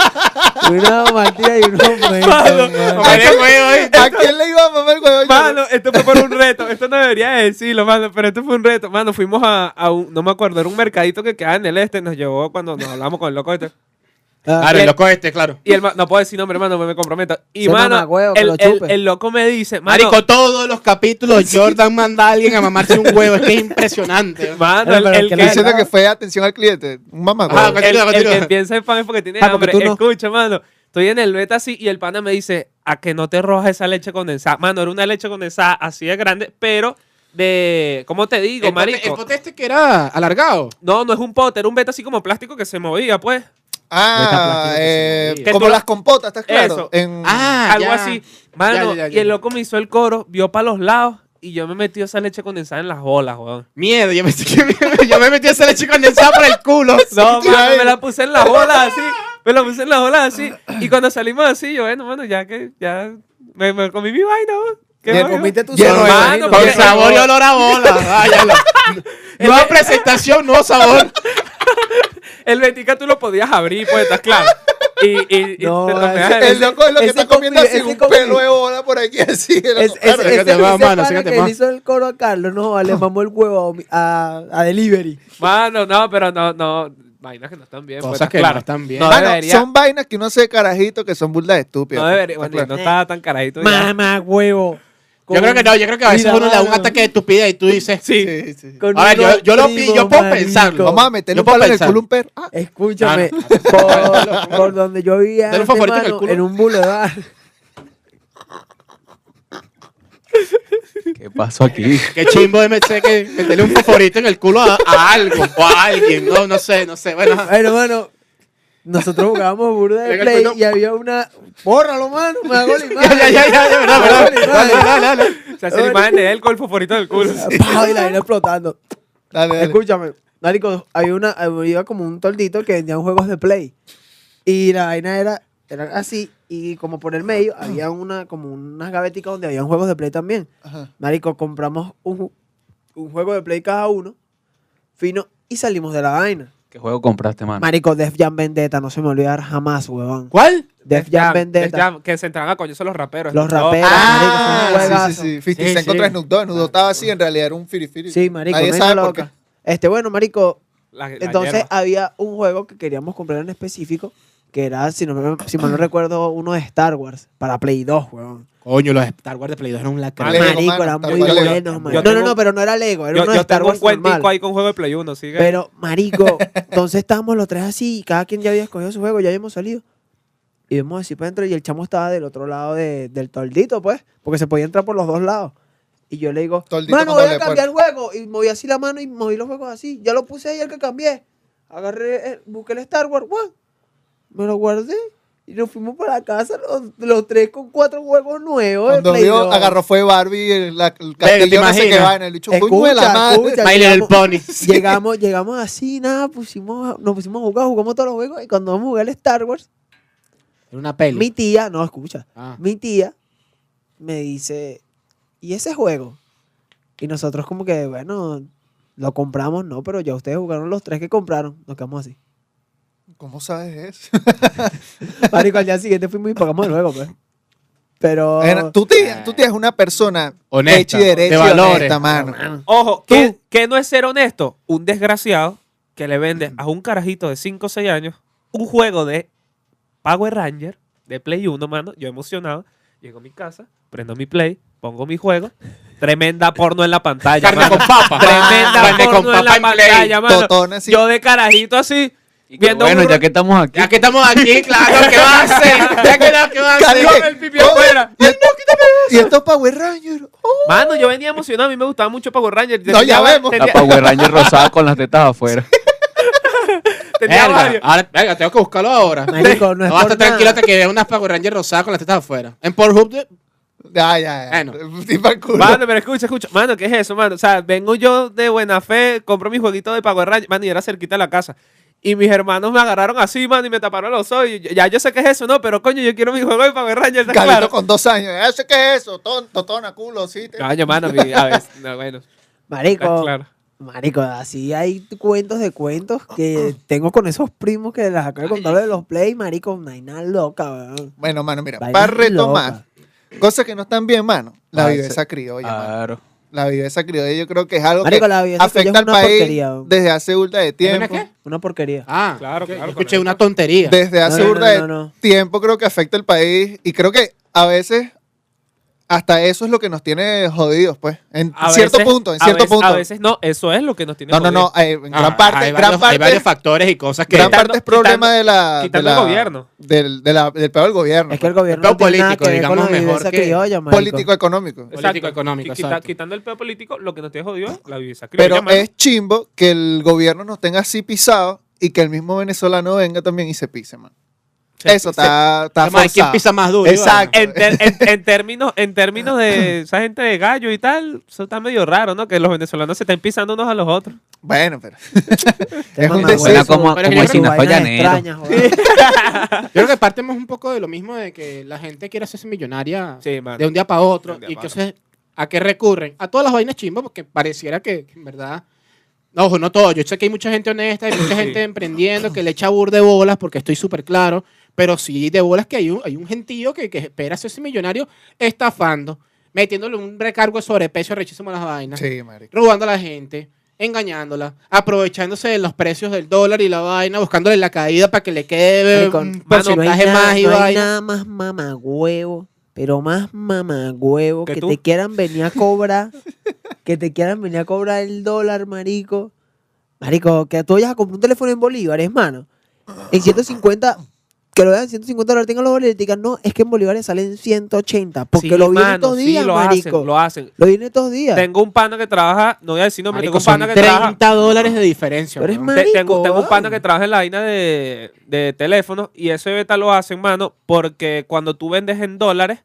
Una jabo maltina y unos mentos. Mano, weón. Hombre, huevo, ¿eh? ¿A quién le iba a mamar el huevo? Mano, esto fue por un reto. Esto no debería decirlo, mano, pero esto fue un reto. Mano, fuimos a, a un, no me acuerdo, era un mercadito que quedaba en el este. Nos llevó cuando nos hablamos con el loco este. Ah, Claro, Y el el- loco este, claro. Y el ma- no puedo decir nombre, mano, me comprometo. Y Se mano, mamagüevo, que el, lo el, chupe. el loco me dice, mano, Marico, todos los capítulos Jordan manda a alguien a mamarse un huevo. Es que es impresionante. mano, Eh, el, pero el que que, la- Diciendo que fue atención al cliente. Un mamá. Ah, el, continúa, el continúa. que piensa en pan es porque tiene Ah, porque hambre. tú no. Escucha, mano, estoy en el beta así y el pana me dice, a que no te rojas esa leche condensada. Mano, era una leche condensada así de grande, pero de, ¿cómo te digo, El pote, marico? el pote este que era alargado. No, no es un pote, era un beta así como plástico que se movía, pues. Ah, eh, Que como tú- las compotas, ¿estás claro? Eso. En- Ah, Algo ya. así. Mano, Ya, ya, ya, y el ya. loco me hizo el coro, vio para los lados y yo me metí esa leche condensada en las bolas, weón. Miedo, yo me, yo me metí esa leche condensada por el culo. No, Sí, mano, ahí. me la puse en las bolas así. Me la puse en las bolas así. Y cuando salimos así, yo, bueno, mano, ya que, ya, me, me comí mi vaina, weón. ¿Qué Te más? comiste tu Lleno solo, de- imagino. Con Porque- sabor y olor a bola. Váyalo. Nueva presentación, nuevo sabor. El Betica tú lo podías abrir, pues, ¿estás claro? Y, y, y No, te lo ese- meas en El el- loco es lo que ese está comiendo compi- así, ese un compi- pelo de bola por aquí así. el loco, Es, es, claro, ese, sígate ese más, mano, pana sígate que más. le hizo el coro a Carlos, no, le mamó el huevo a, a, a Delivery. Mano, no, pero no, no. Vainas que no están bien. pues, Cosas ¿estás que claro? no están bien. No Mano, debería. son vainas que uno hace de carajito que son burdas estúpidas. No debería. ¿Estás Bueno, claro? no estaba tan carajito. ya. Mamá huevo. Yo creo que no, yo creo que a veces Mira, uno le da un mano. ataque de estupidez y tú dices, Sí. Sí, sí. Con a ver, yo, unos yo lo primos, pi- yo puedo marico. pensarlo. Vamos a meterle Yo un palo puedo en el pensar. culo a un perro. Ah, Escúchame, Ah, por, por donde yo vivía Dale un antes, favorito en el mano, culo. en un boulevard. ¿Qué pasó aquí? Qué chimbo de meterse que meterle un favorito en el culo a, a algo o a alguien. No, no sé, no sé. Bueno, Bueno, mano, nosotros jugábamos burda de Venga, play culo. y había una... Bórralo, mano, me hago la ya, imagen. ya, ya, ya, ya, verdad, verdad. Dale, dale. Dale, dale, dale. Se hace la imagen de él con el favorito del culo. Pa, y la vaina explotando. dale, dale. Escúchame, marico, había una, había como un toldito que vendían juegos de play. Y la vaina era, era así, y como por el medio había una, como unas gaveticas donde habían juegos de play también. Ajá. Marico, compramos un, un juego de play cada uno, fino, y salimos de la vaina. ¿Qué juego compraste, mano? Marico, Def Jam Vendetta, no se me olvidar jamás, huevón. ¿Cuál? Def Jam Vendetta. Def Jam, que se entraban a coños los raperos. Los Snoop Dogg. raperos, Ah, marico, son un Sí, juegazo. sí, sí. cincuenta Sí, Cent contra sí. Snoop Dogg. Snoop Dogg estaba así, en realidad era un firifiri. Sí, marico, Nadie no sabe hay por qué. loca. Este, bueno, marico, La- la entonces hierba. había un juego que queríamos comprar en específico que era, si, no, me- si mal no recuerdo, uno de Star Wars para Play dos, weón. Coño, los Star Wars de Play dos eran un lacra. Lego, Marico, mano, eran tal muy cual Lego. buenos, Yo man. No, tengo- no, no, pero no era Lego, era Yo, uno yo de Star tengo un Wars cuentico normal. ahí con juego de Play uno, sigue. Pero, marico, entonces estábamos los tres así y cada quien ya había escogido su juego, ya habíamos salido. Y vemos así para adentro y el chamo estaba del otro lado de- del toldito, pues, porque se podía entrar por los dos lados. Y yo le digo, Toldito mano, con voy a doble cambiar el juego. Y moví así la mano y moví los juegos así. Ya lo puse ahí el que cambié. Agarré, el- busqué el Star Wars, ¡guau! Me lo guardé. Y nos fuimos para la casa los, los tres con cuatro juegos nuevos. de Cuando Play vio, dos. agarró fue Barbie, el, la- el ¿te castillo, no sé qué imaginas? vaina. El bicho, coño de Escucha, la madre. escucha. My Little llegamos- Pony. Llegamos, llegamos así, nada, pusimos, nos pusimos a jugar, jugamos todos los juegos. Y cuando vamos a jugar el Star Wars, Era una peli. mi tía, no, escucha, Ah. mi tía me dice, ¿y ese juego? Y nosotros como que, bueno, lo compramos, no, pero ya ustedes jugaron los tres que compraron. Nos quedamos así. ¿Cómo sabes eso? Marico, al día siguiente fuimos y pagamos el juego, pues. Pero... Era- Tu tía, tu tía es una persona Honesta, hecha y derecha, de y valores. honesta, mano. Ojo, ¿qué, qué no es ser honesto? Un desgraciado que le vende a un carajito de cinco o seis años un juego de Power Ranger de Play uno, mano. Yo emocionado. Llego a mi casa, prendo mi Play, pongo mi juego. Tremenda porno en la pantalla, Carne mano. con papa. Tremenda Carne con porno en la papa en Play. pantalla, mano. Totona así. Yo de carajito así, Y que, viendo bueno, burro- ya que estamos aquí. Ya que estamos aquí, claro, ¿qué va a hacer? Ya que no, ¿qué va a hacer? Carga- con el pipi afuera. Y esto, y esto es Power Ranger. Oh. Mano, yo venía emocionado. A mí me gustaba mucho Power Ranger. No, ya vemos. La Power Ranger rosada con las tetas afuera. tenía Verga, varios. ahora, verga, tengo que buscarlo ahora. Marico, no es No, basta por tranquilo nada. hasta que vea unas Power Rangers rosadas con las tetas afuera. En Pornhub, de- Ya, ya, ya. Bueno. Tipo el culo. Mano, pero escucha, escucha. Mano, ¿qué es eso, mano? O sea, vengo yo de buena fe, compro mi jueguito de Power Ranger, mano, y era cerquita de la casa. Y mis hermanos me agarraron así, mano, y me taparon los ojos. Y ya yo sé qué es eso, ¿no? Pero coño, yo quiero mi juego de Power Ranger, ¿está Carlito claro? con dos años. ¿Eso qué es eso? Ton- Totona, culo, sí. te- Coño, mano, mi- a ver, no, bueno, está Marico, claro. marico, así hay cuentos de cuentos que tengo con esos primos que les acabo de contar de los play, marico, no hay nada loca, weón. Bueno, mano, mira, Vaina para retomar, loca. cosas que no están bien, mano. La Ah, viveza ese- criolla, mano. Claro. La viveza criolla yo creo que es algo Marico, que la viveza afecta criolla al es una país porquería, weón. desde hace burda de ¿Es tiempo. una qué? Una porquería. Ah, Claro, que- claro, Escuché correcto. una tontería. Desde hace No, no, burda no, de no, no. tiempo creo que afecta al país y creo que a veces hasta eso es lo que nos tiene jodidos, pues. En A cierto veces- punto, en a cierto veces- punto. A veces no, eso es lo que nos tiene no, no, no, jodidos. eh, en Ah, gran parte, hay, gran varios, hay parte, varios factores y cosas que... gran Quitando- parte es problema quitando- de la, de quitando el la- gobierno. Del, de la- del peor del gobierno. Es que el pues. gobierno El no tiene nada político, que ver con la digamos, mejor viveza que- criolla, marico. político económico. Exacto. económico, Qui- quita- exacto. Quitando el peor político, lo que nos tiene jodido es la viveza criolla, Pero mano. es chimbo que el gobierno nos tenga así pisados y que el mismo venezolano venga también y se pise, man. Se- Eso se- está, está Además, ¿quién forzado. pisa más duro? Exacto. En, ter- en- en términos, en términos de esa gente de gallo y tal, eso está medio raro, ¿no? Que los venezolanos se estén pisando unos a los otros. Bueno, pero Qué es un mamá, deseo. huevo, como- como con el sus Ignacio vainas Llanero. extrañas, weón. Yo creo que partimos un poco de lo mismo de que la gente quiere hacerse millonaria Sí, mano. de un día para otro. De un día Y pa' entonces, ¿a qué recurren? A todas las vainas chimbas, porque pareciera que, que en verdad... No, ojo, no todo. Yo sé que hay mucha gente honesta, hay mucha Sí. gente emprendiendo que le echa bur de bolas, porque estoy súper claro. Pero sí de bolas que hay un, hay un gentío que, que espera hacerse millonario estafando, metiéndole un recargo de sobrepeso rechísimo a las vainas, sí, marico. robando a la gente, engañándola, aprovechándose de los precios del dólar y la vaina, buscándole la caída para que le quede Marico, un mano, porcentaje no hay, más nada, y no hay vaina. nada más mamagüevo, pero más mamagüevo ¿Que que, tú? te quieran venir a cobrar, que te quieran venir a cobrar el dólar, marico. Marico, que tú vayas a comprar un teléfono en bolívares, mano. En ciento cincuenta, que lo vean en ciento cincuenta dólares, tengan los bolívares y te digan, no, es que en bolívares salen ciento ochenta, porque Sí, lo vienen mano, todos sí, días, lo marico. hacen, lo hacen. Lo vienen todos días. Tengo un pana que trabaja, no voy a decir nombre, Marico, tengo un son pana que trabaja. treinta dólares de diferencia. Pero es weón. más- Te- Marico, tengo, tengo un pana weón. que trabaja en la vaina de, de teléfonos y ese beta lo hacen, mano, porque cuando tú vendes en dólares,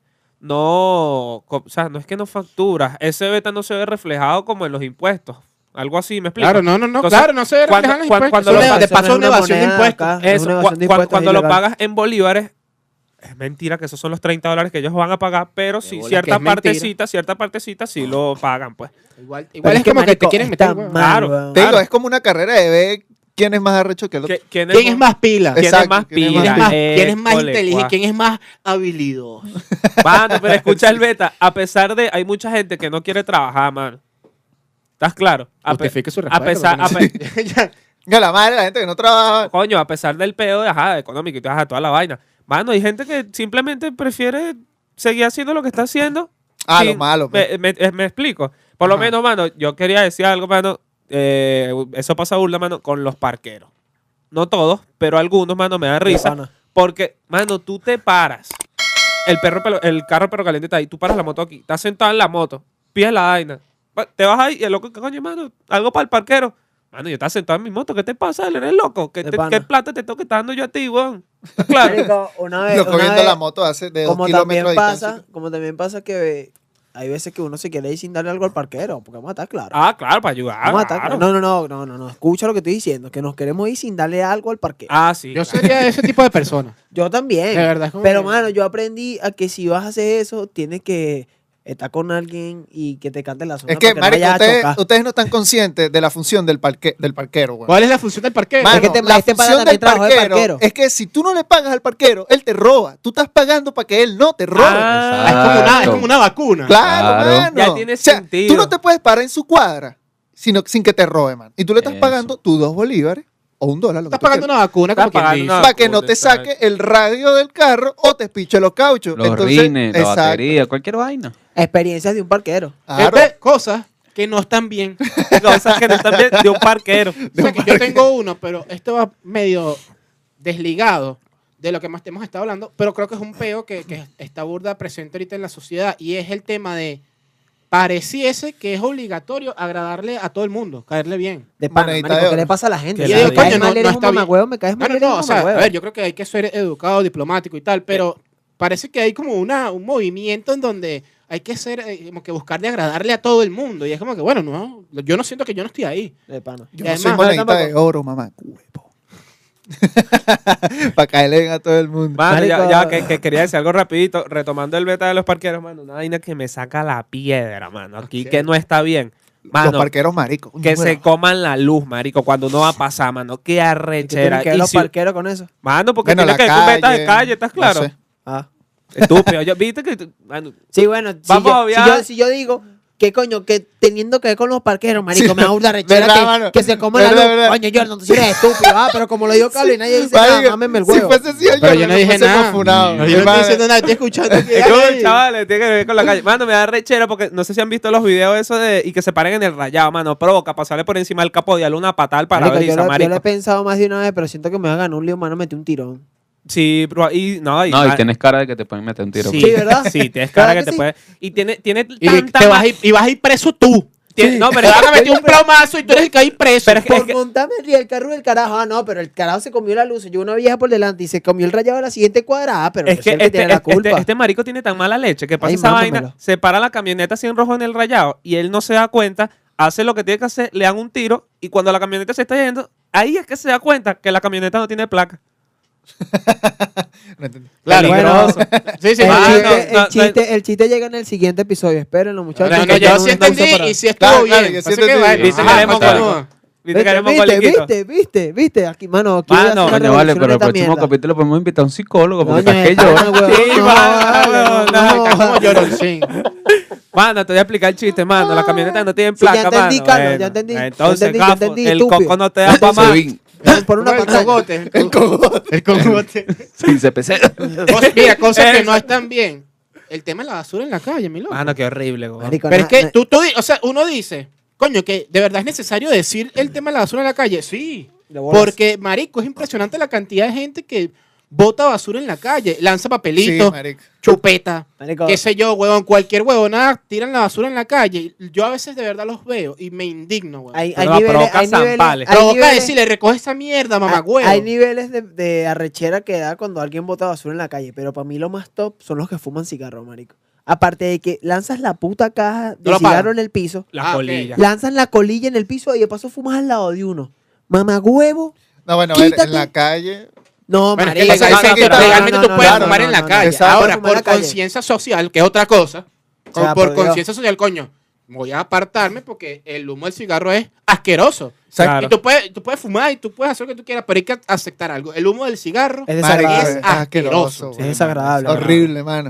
no, co- o sea, no es que no facturas, ese beta no se ve reflejado como en los impuestos. Algo así, ¿me explico? Claro, no, no, no, Entonces, claro, no se cuando- reflejan los cuando- impuestos. cuando Eso lo de- pa- de eso no paso es una una evasión de moneda impuestos. acá, es Eso, una cua- evasión de cua- impuestos cuando lo ilegal. pagas en bolívares, es mentira que esos son los treinta dólares que ellos van a pagar, pero sí, bola que cierta es mentira. partecita, cierta partecita sí lo pagan, pues. Igual, Pero igual es, que, como que te marico, quieren está meter. weón. mal, Claro. weón. Te digo, Claro. es como una carrera de ver quién es más arrecho que el otro. ¿Qui- ¿Quién ¿Quién es más pila? ¿Quién Exacto, es más ¿quién es ¿Quién pila? es más, Eh, quién es más cole, inteligente? guau. ¿Quién es más habilidoso? Mano, pero escucha el beta. A pesar de, hay mucha gente que no quiere trabajar, mano. ¿Estás claro? A, pe- Justifique su a respuesta, pesar, a, porque pe- no sé. Ya, Que la madre, la gente que no trabaja. Coño, a pesar del peo de, ajá, económico y toda, ajá, toda la vaina. Mano, hay gente que simplemente prefiere seguir haciendo lo que está haciendo. Ah, sin- lo malo. pues. Me, me- me explico. Por lo Ajá. menos, mano, yo quería decir algo, mano. eh, eso pasa burda, mano, con los parqueros. No todos, pero algunos, mano, me da risa. pana. Porque, mano, tú te paras. El perro pelo- el carro perro caliente está ahí. Tú paras la moto aquí. Estás sentado en la moto. Pides la vaina. va- Te vas ahí y el loco, ¿qué coño, mano? Algo para el parquero. Mano, yo estaba sentado en mi moto. ¿Qué te pasa? ¿Eres loco? ¿Qué, De te- pana. qué plata te tengo que estar dando yo a ti, weón? ¿Estás claro? Marico, una vez, Loco una viendo vez, la moto hace de dos como kilómetros también de distancia. pasa, como también pasa que hay veces que uno se quiere ir sin darle algo al parquero, porque vamos a estar claros. Ah, claro, para ayudar. vamos a estar claro. claros. No, no, no, no, no, no, escucha lo que estoy diciendo, que nos queremos ir sin darle algo al parquero. Ah, sí. Yo claro. sería ese tipo de persona. Yo también. De verdad, es como Pero, que- mano, yo aprendí a que si vas a hacer eso, tienes que estar con alguien y que te cante la zona Es que, para marico, no vayas a ustedes, chocar. ustedes no están conscientes de la función del, parque, del parquero, güey. ¿Cuál es la función del parqueo? Mano, Es que te- la este pana función también del trabajó de parquero, parquero. es que si tú no le pagas al parquero, él te roba. Tú estás pagando para que él no te robe. Ah, es, como una, es Exacto. como una vacuna. Claro, Claro. mano. Ya tiene O sea, sentido. tú no te puedes parar en su cuadra sino, sin que te robe, man. Y tú le estás Eso. pagando tus dos bolívares o un dólar. Lo que Estás tú pagando quieras, una vacuna, como Estás quien pagando dice. una- para que no te Exacto. saque el radio del carro o te espiche los cauchos. Los Entonces, rines, la exacto. batería, cualquier vaina. Experiencias de un parquero. Claro. Este, cosas que no están bien. Cosas que no están bien de un parquero. O sea, que yo tengo uno, pero esto va medio desligado de lo que más te hemos estado hablando, pero creo que es un peo que, que está burda presente ahorita en la sociedad y es el tema de pareciese que es obligatorio agradarle a todo el mundo, caerle bien. De pana, Monedita marico, de ¿qué oro. le pasa a la gente? Que Si yo me digo, caes coño, no- mal, no eres está un bien. mamagüevo, me caes No, mal, no, eres no, un o sea, a mamagüevo. ver, yo creo que hay que ser educado, diplomático y tal, pero parece que hay como una, un movimiento en donde hay que ser, eh, como que buscar de agradarle a todo el mundo y es como que, bueno, no, yo no siento que yo no estoy ahí. De pana. Yo Y no soy además, monedita tampoco. de oro, mamá. Huevo. Para caerle bien a todo el mundo. Mano, ya, Marico. ya que, que quería decir algo rapidito, retomando el beta de los parqueros, mano, una vaina que me saca la piedra, mano, aquí que no está bien. Los Mano, parqueros maricos. que Bueno, se coman la luz, marico, cuando uno va a pasar, mano, qué ¿Y qué arrechera. tienen que ver Y los si- parqueros con eso? mano, porque bueno, tiene la que ver con betas de calle, calle, ¿estás no claro? sé. Ah. Estúpido, yo, viste que, tú- mano, Sí, bueno, si Vamos yo, a si, obviar- yo, si yo digo que coño, que teniendo que ver con los parqueros, marico, Sí, me da una rechera verdad, que, mano. que se coma la Verdad, luz. verdad. Coño, Jordan, tú sí eres estúpido. Ah, pero como lo dijo Carlos y nadie dice nada, Marico, mámeme el si huevo. fuese así, Pero yo no dije fuésemos nada. funados. No, yo no estoy Hermano, diciendo nada, estoy escuchando que es como, ay. chavales, tiene que ver con la calle. Mano, me da rechera porque no sé si han visto los videos esos de y que se paren en el rayado, mano, provoca pasarle por encima del capó y darle una patada al Marico, yo, parabrisas, lo, yo marico. lo he pensado más de una vez, pero siento que me va a ganar un lío, mano, metí un tirón. Sí, pero y no, y, No, y ma- tienes cara de que te pueden meter un tiro. Sí, Sí, ¿verdad? Sí, tienes cara ¿Verdad que que te sí? puede. Y tiene, tiene Y, tanta te vas ma- a ir, y vas a ir preso tú. tiene- No, pero Te van a meter un plomazo y tú eres el que hay preso. Pero es que- Por montarme arriba del carro del carajo. Ah, no, pero el carajo se comió la luz. Yo una vieja por delante y se comió el rayado de la siguiente cuadra. Ah, pero es yo que soy el que este, tiene la este- culpa. este- este marico tiene tan mala leche que pasa Ay, esa vaina, mámamelo. se para la camioneta así en rojo en el rayado y él no se da cuenta, hace lo que tiene que hacer, le dan un tiro y cuando la camioneta se está yendo, ahí es que se da cuenta que la camioneta no tiene placa. No entendí. Claro, Peligroso. Sí, sí, el, Ah, mano. chiste, no, el, no, no. chiste, el chiste llega en el siguiente episodio. Espérenlo, muchachos. No, no, que yo tengo sí una entendí pausa para- y sí estuvo Claro, bien. claro, yo sí Pasa que, entendí. bueno, Viste ajá, que haremos continúa. gol. ¿Viste Viste, que haremos viste, goliquito? viste, viste, viste. Aquí, mano, aquí voy a Mano, hacer una Coño, vale, revolución pero en el esta próximo mierda. capítulo podemos invitar a un psicólogo porque Coño, estás que está llora. mal, huevón. Sí, No, vale, vale, no, no, no, vale. Como llorón, sí. Mano, te voy a explicar el chiste, mano. La camioneta no tiene Sí, ya placa, entendí, mano. Carlos, Bueno, ya entendí. Ya Entonces, entendí, ya gafo, entendí, el estúpido. coco no te da para más. Sebin. Por una El pantalla. cogote. El cogote. El cogote. Sí, se pese. Cosa- Mira, cosas que Eso. no están bien. El tema de la basura en la calle, mi loco. Mano, qué horrible, güey. Marico, Pero na- es que na- tú, tú, di- o sea, uno dice, coño, que de verdad es necesario decir el tema de la basura en la calle. Sí. de bolas. Porque, marico, es impresionante la cantidad de gente que bota basura en la calle, lanza Sí, papelitos, marico. chupeta, Marico, qué sé yo, huevón, cualquier huevonada, tiran la basura en la calle. Yo a veces de verdad los veo y me indigno, huevón. hay, hay No, niveles, provoca hay niveles, zampales. hay Provoca niveles- decirle, recoge esa mierda, mamá hay- huevo. hay niveles de, de arrechera que da cuando alguien bota basura en la calle, pero para mí lo más top son los que fuman cigarro, marico. Aparte de que lanzas la puta caja de No lo cigarro pagan. en el piso, Las Ah, ok. colillas. lanzan la colilla en el piso y de paso fumas al lado de uno. Mamá huevo. No, bueno, a ver, Quítate. en la calle. No, Bueno, es que marico, legal- eso no, hay que no, no, legalmente no, tú no, puedes no, fumar no, en la no, calle. Exacto. Ahora, Fumar en por la calle. conciencia social, que es otra cosa, O sea, por por Dios. conciencia social, coño, voy a apartarme porque el humo del cigarro es asqueroso. Claro. Y tú puedes, tú puedes fumar y tú puedes hacer lo que tú quieras, pero hay que aceptar algo. El humo del cigarro Es Marico, desagradable. es asqueroso. güey. Es desagradable. Horrible, mano. O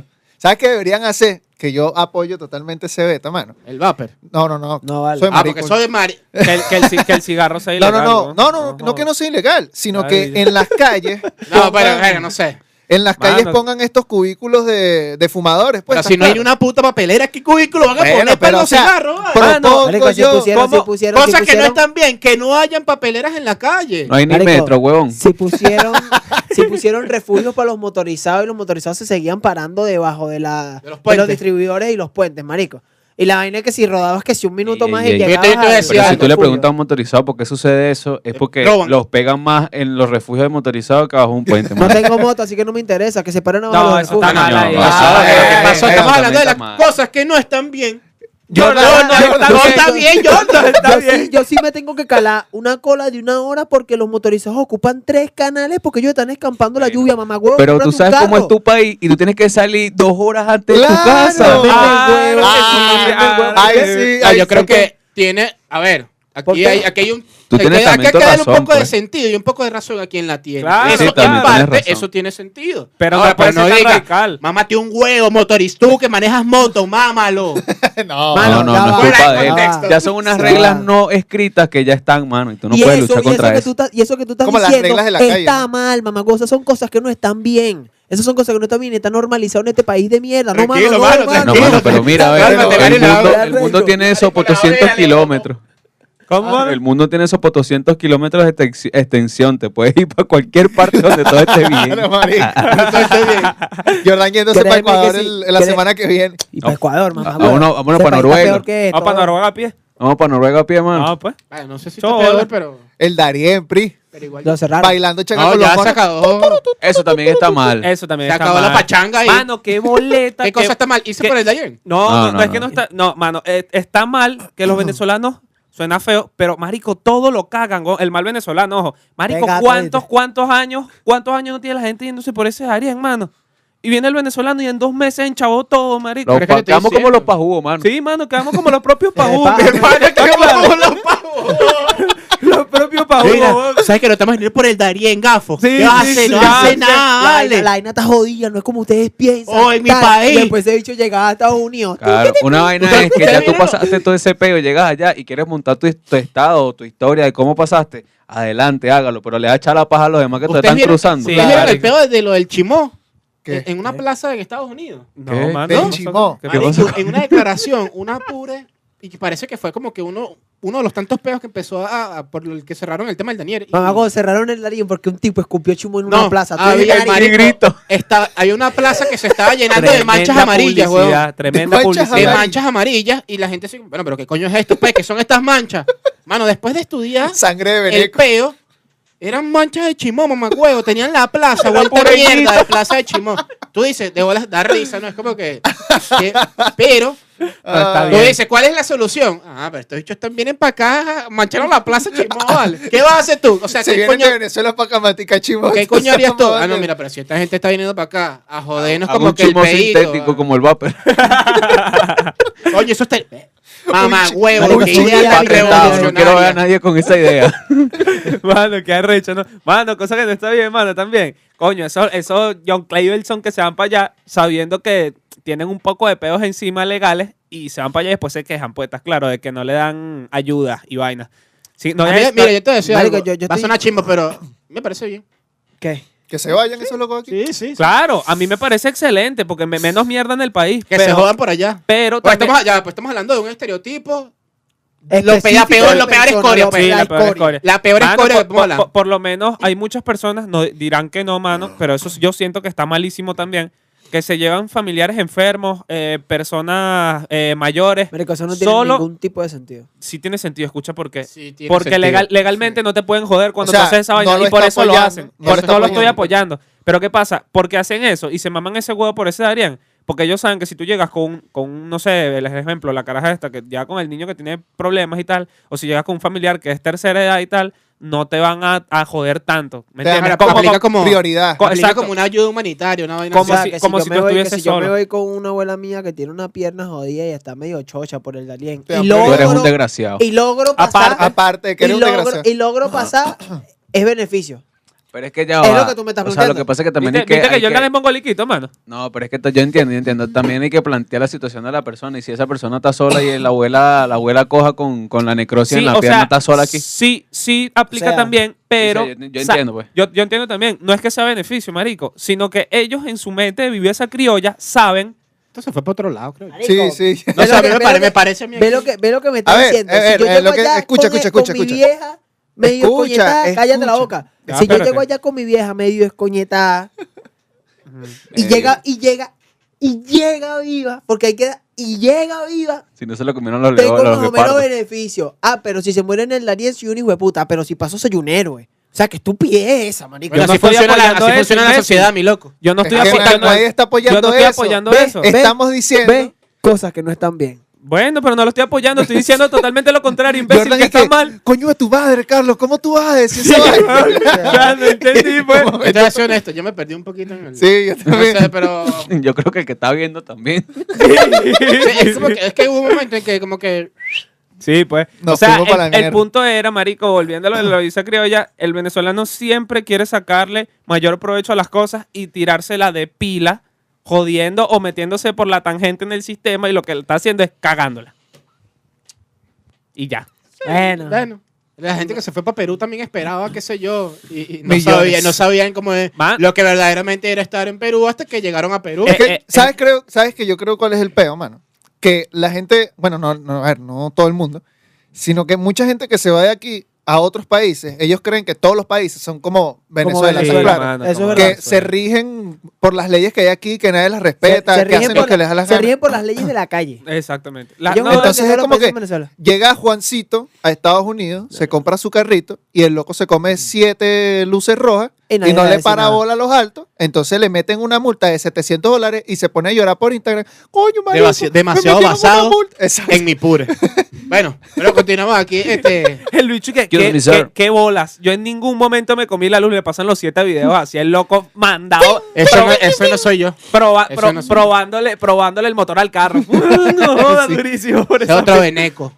¿Sabes qué deberían hacer? Que yo apoyo totalmente ese beta, mano. El vapor. No, no, no. No vale. Soy Ah, marico. porque soy mari... Que el, que el ci- que el cigarro sea No, ilegal. no, no, no, no, no, que no sea ilegal, sino Ay. que en las calles, No, pero, pongan- verga, no sé. en las Mano. calles pongan estos cubículos de, de fumadores, pues. Pero ¿estás si no hay claro? ni una puta papelera, ¿qué cubículo van a Bueno, poner pero, para o los sea, cigarros? vale? propongo Marico, si yo, pusieron, si ¿cómo? pusieron, si Cosas que no pusieron- están bien, que no hayan papeleras en la calle. No hay ni Marico, metro, huevón. Si pusieron, si pusieron refugios para los motorizados y los motorizados se seguían parando debajo de, la, De los de puentes. los distribuidores y los puentes, marico. Y la vaina es que si rodabas que si un minuto Ey, más ey, y ey. llegabas Yo te- yo te voy a al- decir Pero si algo, tú le refugio. preguntas a un motorizado por qué sucede eso, es porque roban. los pegan más en los refugios de motorizados que bajo un puente. No mano. tengo moto, así que no me interesa. Que se paren abajo No, de los eso está refugios. mal ahí. No, Eso, eso- pero ¿qué eh, pasó? eh, Estamos eso hablando de también las está mal. cosas que no están bien. Jordan, no, no, Jordan, no, Jordan. está bien, Jordan. Está Yo bien. sí, yo sí me tengo que calar una cola de una hora porque los motorizados ocupan tres canales porque ellos están escampando la lluvia, mamá huevo. Pero cómprate tú un sabes cómo carro. es tu país y tú tienes que salir dos horas antes de tu Claro. casa. Mete el Ah, huevo, ah, mete el huevo. ahí Porque- sí, Ah, ahí yo creo sí. que tiene, a ver, ¿Por aquí qué? hay, aquí hay un... Tú hay tienes que, hay también que tu darle un razón, poco de pues. sentido y un poco de razón a quien la tiene. Claro. Eso, Sí, en también tienes parte, razón. eso tiene sentido. Pero no Ahora, puede pero ser tan diga, radical. mámate un huevo, motorista, tú que manejas moto, mámalo. No, Mano, No, no, ya no va. es culpa Fuera de de él. contexto. Ya son unas Ya reglas va. no escritas que ya están, mano, y tú no y puedes eso, luchar y eso contra que eso. tú estás, y eso que tú estás Como las diciendo reglas de la calle, está ¿no? mal, mamá. Esas son cosas que no están bien. Esas son cosas que no están bien. Está normalizado en este país de mierda. No, Tranquilo, mano, no, mano, mano. No, tranquilo. mano, pero mira, a ver, Cálmate, el Gary, la mundo, habla. el mundo tiene eso por Marico, la doscientos oreja, kilómetros. ¿Cómo? El mundo tiene eso por doscientos kilómetros de extensi- extensión. Te puedes ir para cualquier parte donde todo esté bien. Claro, marico. Todo esté bien. Jordan yéndose para Créeme que Ecuador sí. el- la Cre- semana que viene. Y para Ecuador, mamá. Ah, huevo. vámonos- vámonos Ese para país está Noruega. peor que esto. Vamos para Noruega a pie. Vamos para Noruega a pie, mano. No, pues. Bueno, no sé si Chola. está peor, pero, El Darien, Pri. pero igual. Lo cerraron. Bailando chaca No, con los ya se monos. acabó. Eso también está mal. Eso también Se está acabó la mal. pachanga ahí. Mano, qué boleta. ¿Qué qué- cosa está mal? ¿Hice qué- por el de ayer? No, No, no, no, no, es que no. no está. No, mano, eh, está mal que los venezolanos suena feo, pero marico, todo lo cagan. go- El mal venezolano, ojo. Marico, Venga, ¿cuántos, tráete. cuántos años, cuántos años no tiene la gente yéndose por ese área, hermano? Y viene el venezolano y en dos meses enchavó todo, marico. Los Pero es que yo pa- estoy quedamos como diciendo. los pajugos, mano. Sí, mano, quedamos como los propios pajugos. paja, mi hermano, ¿Qué claro. pasó con los pavos? Los propios pajugos. Mira, weón. ¿sabes que no estamos venir por el Darien, gafo? Sí, ¿Qué vas a sí, hacer? sí, No vas a ya, hacer nada, La, vale. la vaina está jodida, no es como ustedes piensan. Oh, en mi tal. país. Y después ese bicho llegaba a Estados Unidos. Claro, una vaina ¿Ustedes- es que ustedes ya tú vieron? pasaste todo ese peo, llegas allá y quieres montar tu, tu estado o tu historia de cómo pasaste. Adelante, hágalo, pero le vas a echar la paja a los demás que te ¿Ustedes están vieron- cruzando. Sí, ¿Ustedes vieron el marico. pedo de lo del chimó? ¿Qué? En una plaza en Estados Unidos. No, ¿Qué? mano. Del no, chimó. ¿qué Marico, pasó? en una declaración, una pure, y que parece que fue como que uno, uno de los tantos peos que empezó a, a- por el que cerraron el tema del Daniel. Y- Mamá, cuando cerraron el Darien porque un tipo escupió chumbo en una No, plaza. Tú había eres el Darien. marico, está- había una plaza que se estaba llenando de Tremenda manchas amarillas, weón. publicidad, Tremenda De manchas publicidad. De amarillas. manchas amarillas, y la gente se, bueno, pero ¿qué coño es esto? Pues, ¿qué son estas manchas? Mano, después de estudiar Sangre de el veneco. peo, eran manchas de chimó, mamá huevo. Tenían la plaza, Era vuelta pura mierda guita. de plaza de chimó. Tú dices, de bolas, da risa, ¿no? Es como que... que- pero... No, está Ah, Tú bien. dices, ¿cuál es la solución? Ah, pero estos bichos están vienen para acá, mancharon la plaza chimó, vale. ¿Qué vas a hacer tú? O sea, Se ¿qué vienen coño, de Venezuela para Camatica, chimo. ¿qué coño harías tú? Ah, no, Estamos mira, pero si esta gente está viniendo para acá a jodernos Hago como un que el chimo pedito. sintético ah. como el vapor. Oye, eso está... Mamá, chi- huevo, Marico, qué sí, idea ya, tan patentado, No quiero ver a revolucionaria. nadie con esa idea. Mano, qué arrecho, ¿no? Mano, cosa que no está bien, mano, también. Coño, eso, eso John Clayvelson que se van para allá sabiendo que tienen un poco de pedos encima legales y se van para allá y después se quejan, pues estás claro, de que no le dan ayuda y vaina. Sí, no A mí, es- mira, yo te decía Marico, algo, yo- yo va a estoy- sonar chimbo, pero me parece bien. ¿Qué? Que se vayan esos locos aquí. Sí, sí. Claro, a mí me parece excelente porque me, menos mierda en el país. Que pero, se jodan por allá. Pero Pues también- estamos, allá, pues estamos hablando de un estereotipo. Específico la peor- de lo peor persona, escoria, lo pues. Sí, peor la peor escoria. La peor Mano, escoria por, que podemos por- hablar. por- por lo menos hay muchas personas, no dirán que no, mano, pero eso yo siento que está malísimo también, que se llevan familiares enfermos, eh, personas eh, mayores. Marico, eso no tiene Solo- ningún tipo de sentido. Sí tiene sentido, escucha por qué. Sí, tiene Porque sentido. legal, legalmente no te pueden joder cuando O sea, tú haces esa vaina no lo y por está eso lo apoyando, hacen. no Por lo eso está no lo estoy apoyando. apoyando. Pero ¿qué pasa? Porque hacen eso y se maman ese huevo por ese Darían. Porque ellos saben que si tú llegas con, con, no sé, el ejemplo, la caraja esta, que ya con el niño que tiene problemas y tal, o si llegas con un familiar que es tercera edad y tal, no te van a, a joder tanto. ¿Me Te entiendes? Ahora, Como- aplica como- como, Prioridad. Co- aplica exacto. como una ayuda humanitaria, una vaina Como así. O sea, si- que como yo si me tú voy- que estuvieses si yo me solo. voy con una abuela mía que tiene una pierna jodida y está medio chocha por el Darien. Te Y dan Tú eres un logro, desgraciado. y logro pasar. Aparte de que y eres un logro, desgraciado. y logro pasar es beneficio. Pero es que ya Es va. lo que tú me estás O sea, lo planteando. que pasa es que también ¿Viste, hay que... viste que hay yo que- es mongoliquito, mano? No, pero es que t- yo entiendo, yo entiendo. También hay que plantear la situación de la persona. Y si esa persona está sola y la abuela, la abuela coja con, con la necrosis en la o pierna, sea, está sola aquí. Sí, sí aplica O sea, también, pero... o sea, yo- yo o sea, entiendo, pues. Yo, yo entiendo también. No es que sea beneficio, marico, sino que ellos en su mente de vivir esa criolla saben... Entonces fue para otro lado, creo yo. Sí, sí. No Ve sé, lo a mí que- me, ve pare- lo que- me parece a mí Ve aquí. lo que, ve lo que me A está ver, diciendo. a ver, si yo eh, llego lo que- allá escucha, con, escucha, con escucha, mi escucha. vieja medio Escucha, escoñetada, cállate la escucha. boca. Ya, Si yo espérate. llego allá con mi vieja medio escoñetada y Eh, llega, y llega, y llega viva, porque hay que, y llega viva, Si no se lo comieron los tengo leones, los más o menos leopardos. beneficio. Ah, pero si se muere en el Darién, soy un hijo de puta, pero si pasó, soy un héroe. O sea, qué estupidez esa, marico. Bueno, Yo no así estoy funciona, la, apoyando así eso, funciona la imbécil. sociedad, mi loco. Yo no Es estoy que apoyando... nadie está apoyando yo no estoy eso. apoyando Ve, eso. ve, Estamos diciendo... Ve cosas que no están bien. Bueno, pero no lo estoy apoyando. Estoy diciendo totalmente lo contrario, imbécil, Jordan, que es está que, mal. Coño de tu madre, Carlos, ¿cómo tú vas a decir eso? Ya, no entendí, pues. Yo te voy a ser honesto, yo me perdí un poquito en el... Sí, yo No también. sé, pero... Yo creo que el que está viendo también. Sí, es, como que, es que hubo un momento en que como que... Sí, pues. Nos o sea, fuimos para el, la el mierda. punto era, marico, volviendo a lo de la visa criolla, el venezolano siempre quiere sacarle mayor provecho a las cosas y tirársela de pila, jodiendo o metiéndose por la tangente en el sistema, y lo que él está haciendo es cagándola. Y ya. Bueno. Bueno, la gente que se fue para Perú también esperaba, qué sé yo, y, y no, Millones. sabía, no sabían cómo es Man. lo que verdaderamente era estar en Perú hasta que llegaron a Perú. Es que, Eh, eh, ¿sabes, creo, ¿Sabes que yo creo cuál es el peo, mano? Que la gente, bueno, no, no, a ver, no todo el mundo, sino que mucha gente que se va de aquí a otros países, ellos creen que todos los países son como Venezuela, Venezuela, ¿está claro? mano, eso es como verdad. Que Venezuela. se rigen por las leyes que hay aquí, que nadie las respeta, Se- se que rigen hacen lo por- que les da la Se gana. ríen por las leyes de la calle. Exactamente. La- Yo no, me entonces creo es los como países que- en Venezuela. Llega Juancito a Estados Unidos, se compra su carrito y el loco se come siete luces rojas Y y, nadie no le le dice para nada. bola a los altos. Entonces le meten una multa de setecientos dólares y se pone a llorar por Instagram. Coño, marico, Demasi- me demasiado metieron una basado multa". Exacto. en mi pure. Bueno, pero continuamos aquí. Este, El bicho que, Excuse que, me, sir. que- qué bolas. Yo en ningún momento me comí la luz, le pasan los siete videos así, el loco mandado. eso, pro- no, eso no soy yo. proba- eso pro- no soy- probándole, probándole el motor al carro. no joda, durísimo. Por Es eso. otro veneco.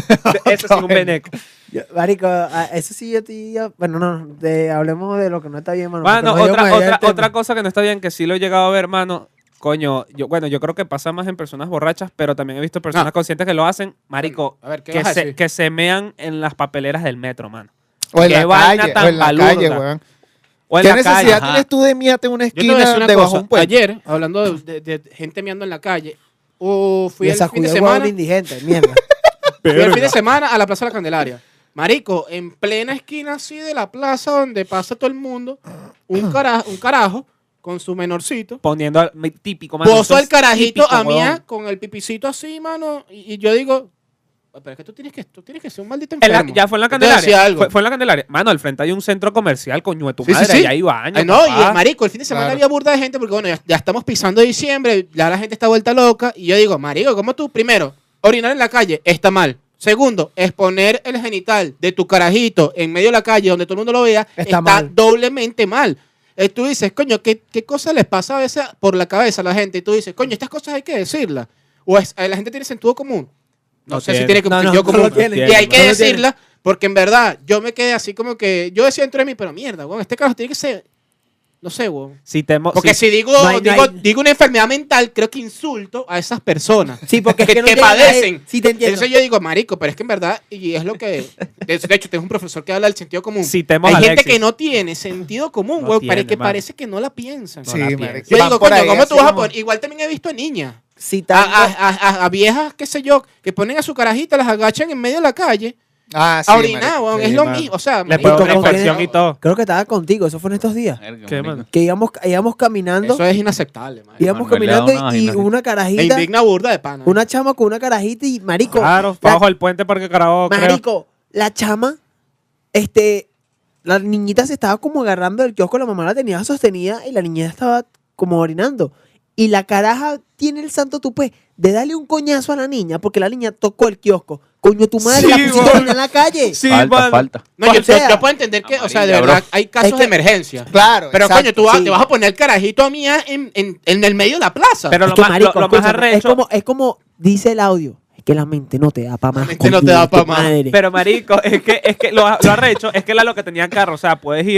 Ese sí es un veneco. Yo- marico, a- eso sí yo estoy... yo- bueno, no, de- hablemos de lo que no está bien, mano. Mano, porque nos otra, íbamos allá otra, del tema. otra cosa que no está bien, que sí lo he llegado a ver, mano. Coño, yo, bueno, yo creo que pasa más en personas borrachas, pero también he visto personas No. conscientes que lo hacen. Marico, A ver, ¿qué que vas a se, decir? que se mean en las papeleras del metro, mano. O en Qué la vaina calle, tan o en la balurda. calle, weón. O en ¿Qué la necesidad calle. Ajá. tienes tú de miarte en una Yo te voy a decir esquina una debajo cosa. de un puente? Ayer, hablando de, de- de gente meando en la calle, uh, fui Le el fin sacudió de el huevo al semana. indigente, mierda. Fui el fin de semana a la Plaza de la Candelaria. Marico, en plena esquina así de la plaza donde pasa todo el mundo, un carajo, un carajo con su menorcito. Poniendo al- mi- típico, mano. Puso eso el es carajito típico, a mí huevón. con el pipicito así, mano. Y, y yo digo, pero es que tú tienes que, tú tienes que ser un maldito En la- enfermo. ya fue en la Yo te voy a decir Candelaria. algo. Fue, fue en la Candelaria. Mano, al frente hay un centro comercial, coño de tu Sí, sí, madre. sí. Allá hay baño. Ay, no, papá. y marico, el fin de semana Claro. había burda de gente porque, bueno, ya, ya estamos pisando diciembre, ya la gente está vuelta loca. Y yo digo, marico, ¿cómo tú? Primero, orinar en la calle está mal. Segundo, exponer el genital de tu carajito en medio de la calle donde todo el mundo lo vea Está está, mal. doblemente mal. Eh, tú dices, coño, ¿qué, ¿qué cosas les pasa a veces por la cabeza a la gente? Y tú dices, coño, estas cosas hay que decirlas. O es, eh, la gente tiene sentido común. No, No sé tiene. si tiene No, no, sentido no común. lo tiene. Y hay que No lo tiene. decirla porque en verdad yo me quedé así como que, yo decía dentro de mí, pero mierda, weón, este carajo tiene que ser, no sé, weón. Si te mo- Porque si- si digo, no hay- no digo, hay- digo una enfermedad mental, creo que insulto a esas personas. Sí, porque es que, que no que llegan a él. padecen. Sí, te entiendo. Entonces yo digo, marico, pero es que en verdad, y es lo que... De hecho, de hecho, tengo un profesor que habla del sentido común. Citemos Hay a gente Alexis. que no tiene sentido común, No güey, tiene, pero que mano. parece que no la piensan. No Sí, la marico. pienso. Yo Van digo, por coño, ahí ¿cómo tú así vas a como- poner? Igual también he visto a niñas. A, Citando... a- a- a viejas, qué sé yo, que ponen a su carajita, las agachan en medio de la calle Ah, sí, a orinar, marico. weón. Sí, es lo mano. mismo. O sea, Le marico, puedo ¿cómo una que- infección y todo. Creo que estaba contigo, eso fue en estos días. Verga, ¿Qué, marico. mano? Que íbamos, íbamos caminando, eso es inaceptable, marico. íbamos Manuel le da caminando una y vaina. una Me carajita, indigna burda de pana. una chama con una carajita y marico, Claro, la- bajo el puente Parque Carabobo, creo. marico, la chama, este, la niñita se estaba como agarrando del kiosco, la mamá la tenía sostenida y la niña estaba como orinando. Y la caraja tiene el santo tupé de darle un coñazo a la niña porque la niña tocó el kiosco. Coño, tu madre Sí, la pusiste a weón. orinar en la calle. Sí, falta, mano. falta. No, yo, O sea, yo- yo puedo entender que, o sea, de amarilla, verdad, hay casos Es que- de emergencia. Claro, Pero, exacto, coño, tú vas- sí. te vas a poner el carajito a mía en, en, en el medio de la plaza. Pero Es lo que, más, marico, lo, lo más escúchame, es arrecho... como, es como dice el audio, es que la mente no te da para más. mente no te coño, da pa' tu más. madre. Pero, marico, es que, es que lo, lo arrecho es que la lo que tenía carro, o sea, puedes ir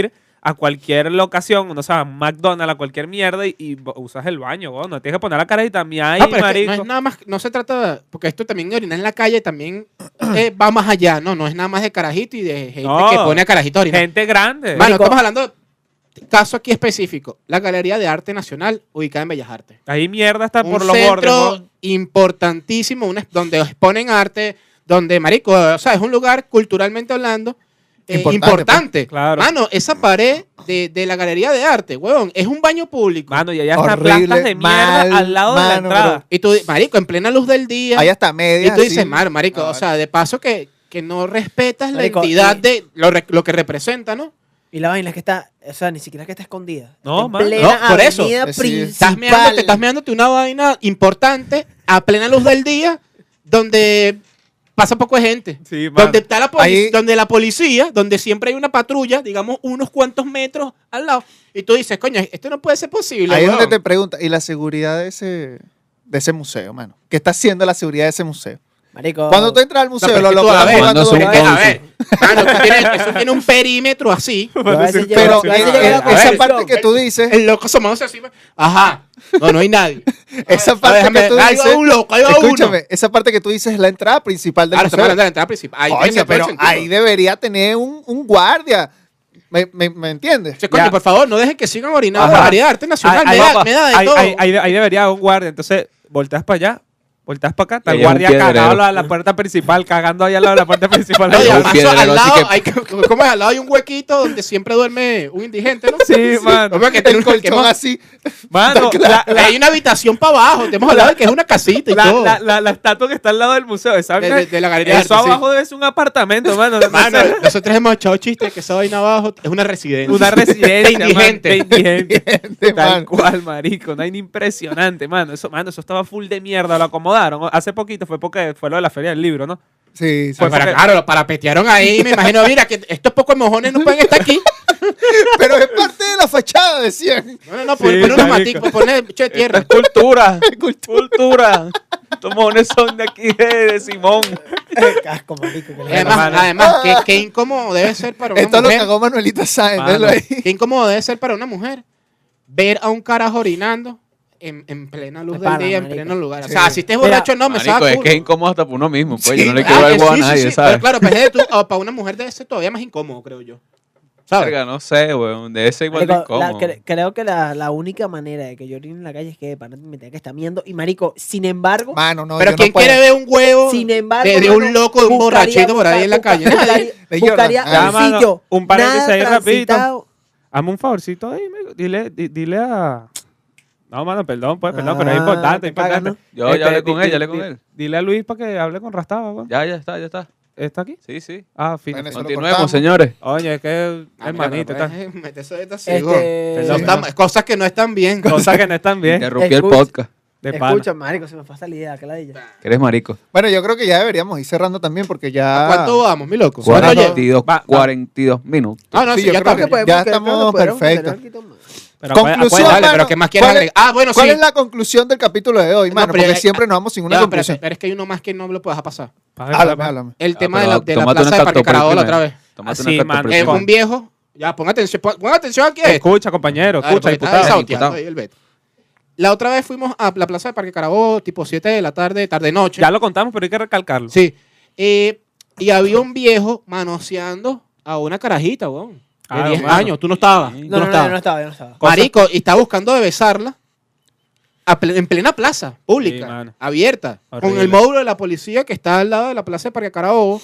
a cualquier locación, no sabes, McDonald's, a cualquier mierda y, y usas el baño, weón. No tienes que poner la cara y también ahí, No, pero es que marico. no es nada más, no se trata, porque esto también de orinar en la calle también eh, va más allá, no, no es nada más de carajito y de gente No, que pone a carajito a orinar. Gente grande. Mano, Marico. estamos hablando de caso aquí específico, la Galería de Arte Nacional ubicada en Bellas Artes. Ahí mierda está Un por los bordes, centro weón. importantísimo, una- donde exponen arte, donde, marico, o sea, es un lugar culturalmente hablando eh, Importante, importante. pues, claro. Mano, esa pared de, de la Galería de Arte, huevón, es un baño público. Mano, y allá están Horrible, plantas de mierda mal, al lado de la mano, entrada. bro. Y tú, marico, en plena luz del día. Ahí hasta Y media. tú dices, mar, marico, o sea, de paso que, que no respetas Marico, la entidad y- de lo, re- lo que representa, ¿no? Y la vaina es que está, o sea, ni siquiera es que está escondida. No, en mano. plena No, por eso. avenida Sí, sí. principal. Estás meándote, estás meándote una vaina importante a plena luz del día donde pasa poco de gente. Sí, mano. Donde está la poli- Ahí- donde la policía, donde siempre hay una patrulla, digamos unos cuantos metros al lado. Y tú dices, coño, esto no puede ser posible. Ahí es weón. donde te pregunta, ¿y la seguridad de ese, de ese museo, mano? ¿Qué está haciendo la seguridad de ese museo? Marico. Cuando tú entras al museo, pero lo es que tú, loco a ver, cuando es un Es que, a cónsul. ver, mano, tú tienes- eso tiene un perímetro así. yo a veces llego- Pero yo a veces eh, llego a la eh, a ver, esa conclusión. parte que tú dices, El loco asomándose así. Ajá. No, no hay nadie. esa Ah, parte déjame- que tú ahí va dices, un loco, ahí va uno. escúchame, esa parte que tú dices es la entrada principal del Claro, estamos museo. hablando de la entrada principal. Ahí tiene Coño, todo el pero sentido. ahí debería tener un, un guardia. ¿Me, me, me entiendes? Che, coño, Ya. por favor, no dejen que sigan orinando Ajá. la Galería de Arte Nacional. Ahí- me, ahí- da, me da de ahí, todo. ahí- ahí- ahí debería haber un guardia. Entonces, volteas para allá, volteas para acá. Está el Ahí es un guardia piedrero. cagado a la puerta principal, cagando ahí al lado de la puerta principal. No, y Hay un además, piedrero, al así lado, que- hay, ¿cómo es? Al lado hay un huequito donde siempre duerme un indigente, ¿no? Sí, mano. Hombre, que tiene El un- que colchón hemos- así. Mano, la, la- hay una habitación para abajo. Te hemos hablado de que es una casita y la, todo. la, la, la estatua que está al lado del museo, ¿sabes? De- de- de la Galería de Eso Arte, sí. abajo debe ser un apartamento, mano. No Mano, sé. nosotros hemos echado chistes que esa vaina abajo es una residencia. Una residencia. De indigente. man, de indigente. Gente, Tal mano. cual, marico. No hay ni impresionante, mano. Eso, mano, eso estaba full de mierda. Lo acomodaron. Hace poquito fue porque fue lo de la feria del libro, ¿no? Sí, sí. Pues para, porque- claro, lo parapetearon ahí. Me imagino, mira, que estos pocos mojones no pueden estar aquí. Pero es parte de la fachada, decían. No, no, no, Sí, pon, pon unos marico. maticos, pon bicho de tierra. Es cultura. cultura. Estos mojones son de aquí, de, de Simón. Casco, marico. que Y le- Además, mano. además qué, qué incómodo debe ser para una Esto lo mujer. cagó Manuelita Sáenz, Mano. velo ahí. Qué incómodo debe ser para una mujer ver a un carajo orinando en, en plena luz De del pana, día, en marico. pleno lugar. O Sí. sea, si estés Mira, borracho no, me Marico, saca es culo. que es incómodo hasta para uno mismo, pues. Yo no le Sí, quiero Ah, dar que huevo a sí, sí, nadie, sí, ¿sabes? Pero claro, pues, es tú, o para una mujer debe ser todavía más incómodo, creo yo. ¿Sabes? Verga, no sé, weón. Debe ser igual de Marico, la- incómodo. cre- creo que la, la única manera de que yo orine en la calle es que de pana me tenga que estar viendo. Y marico, sin embargo, Mano, no, Pero yo ¿quién no puedo. quiere ver un huevo sin embargo, de, de mano, un loco, de un buscaría- borrachito por ahí en la busca- calle? Buscaría, De buscaría Jordan. Ya, un mano, sitio un paréntesis nada ahí rapidito. transitado. Hazme un favorcito ahí, amigo. Dile, di- dile a. No, mano, perdón, pues, perdón, pero es Ah, importante, es te cagas, importante. ¿no? Yo ya hablé con di- él, ya hablé di- con di- él. Dile a Luis para que hable con Rastaba, weón. Ya, ya está, ya está. ¿Está aquí? Sí, sí. Ah, fino. Bueno, eso lo Continuemos, cortamos. señores. Oye, es que Ah, hermanito, mira, está. pero, pues, mete eso de esta Este, ciego. Perdón, Está- perdón. cosas que no están bien. Cosas que no están bien. Interrumpí el Escucha. podcast. De pana. Escucha, marico, se me pasa la idea, que la ella. Que eres marico. Bueno, yo creo que ya deberíamos ir cerrando también porque ya. ¿Cuánto vamos, mi loco? ¿Cuánto Cuarenta. lleva? cuarenta y dos, Va, va. cuarenta y dos minutos. Ah, no, Sí, sí, yo ya creo está. que bien. ya estamos perfectos. Pero Conclusión, Dale, mano, pero ¿qué más quieres ¿cuál es- agregar? Ah, bueno, ¿Cuál sí. es la conclusión del capítulo de hoy, No, mano? pero Porque ya- siempre nos vamos sin una Ya, pero, conclusión. pero es que hay uno más que no me lo puedes dejar pasar. Háblame, háblame. El Ah, tema de pero la, de la tómate plaza una de Parque Cactopel Carabobo la primero. otra vez. Tómate Así, una mano. Cactopel Es primero. un viejo. Ya, pon atención, pon, pon atención aquí. a esto. Escucha, compañero, Claro, escucha, porque está diputado. desahuciando ahí el Beto. La otra vez fuimos a la plaza de Parque Carabobo, tipo siete de la tarde, tarde-noche. Ya lo contamos, pero hay que recalcarlo. Sí. Eh, y había un viejo manoseando a una carajita, weón. De Ah, diez mano. años. Tú no estabas. Sí. tú No, no, no, estabas. yo no estaba, yo no estaba. Cosa- Marico, y estaba buscando de besarla a ple- en plena plaza, Sí, pública, mano. abierta, Horrible. con el módulo de la policía que está al lado de la plaza de Parque Carabobo.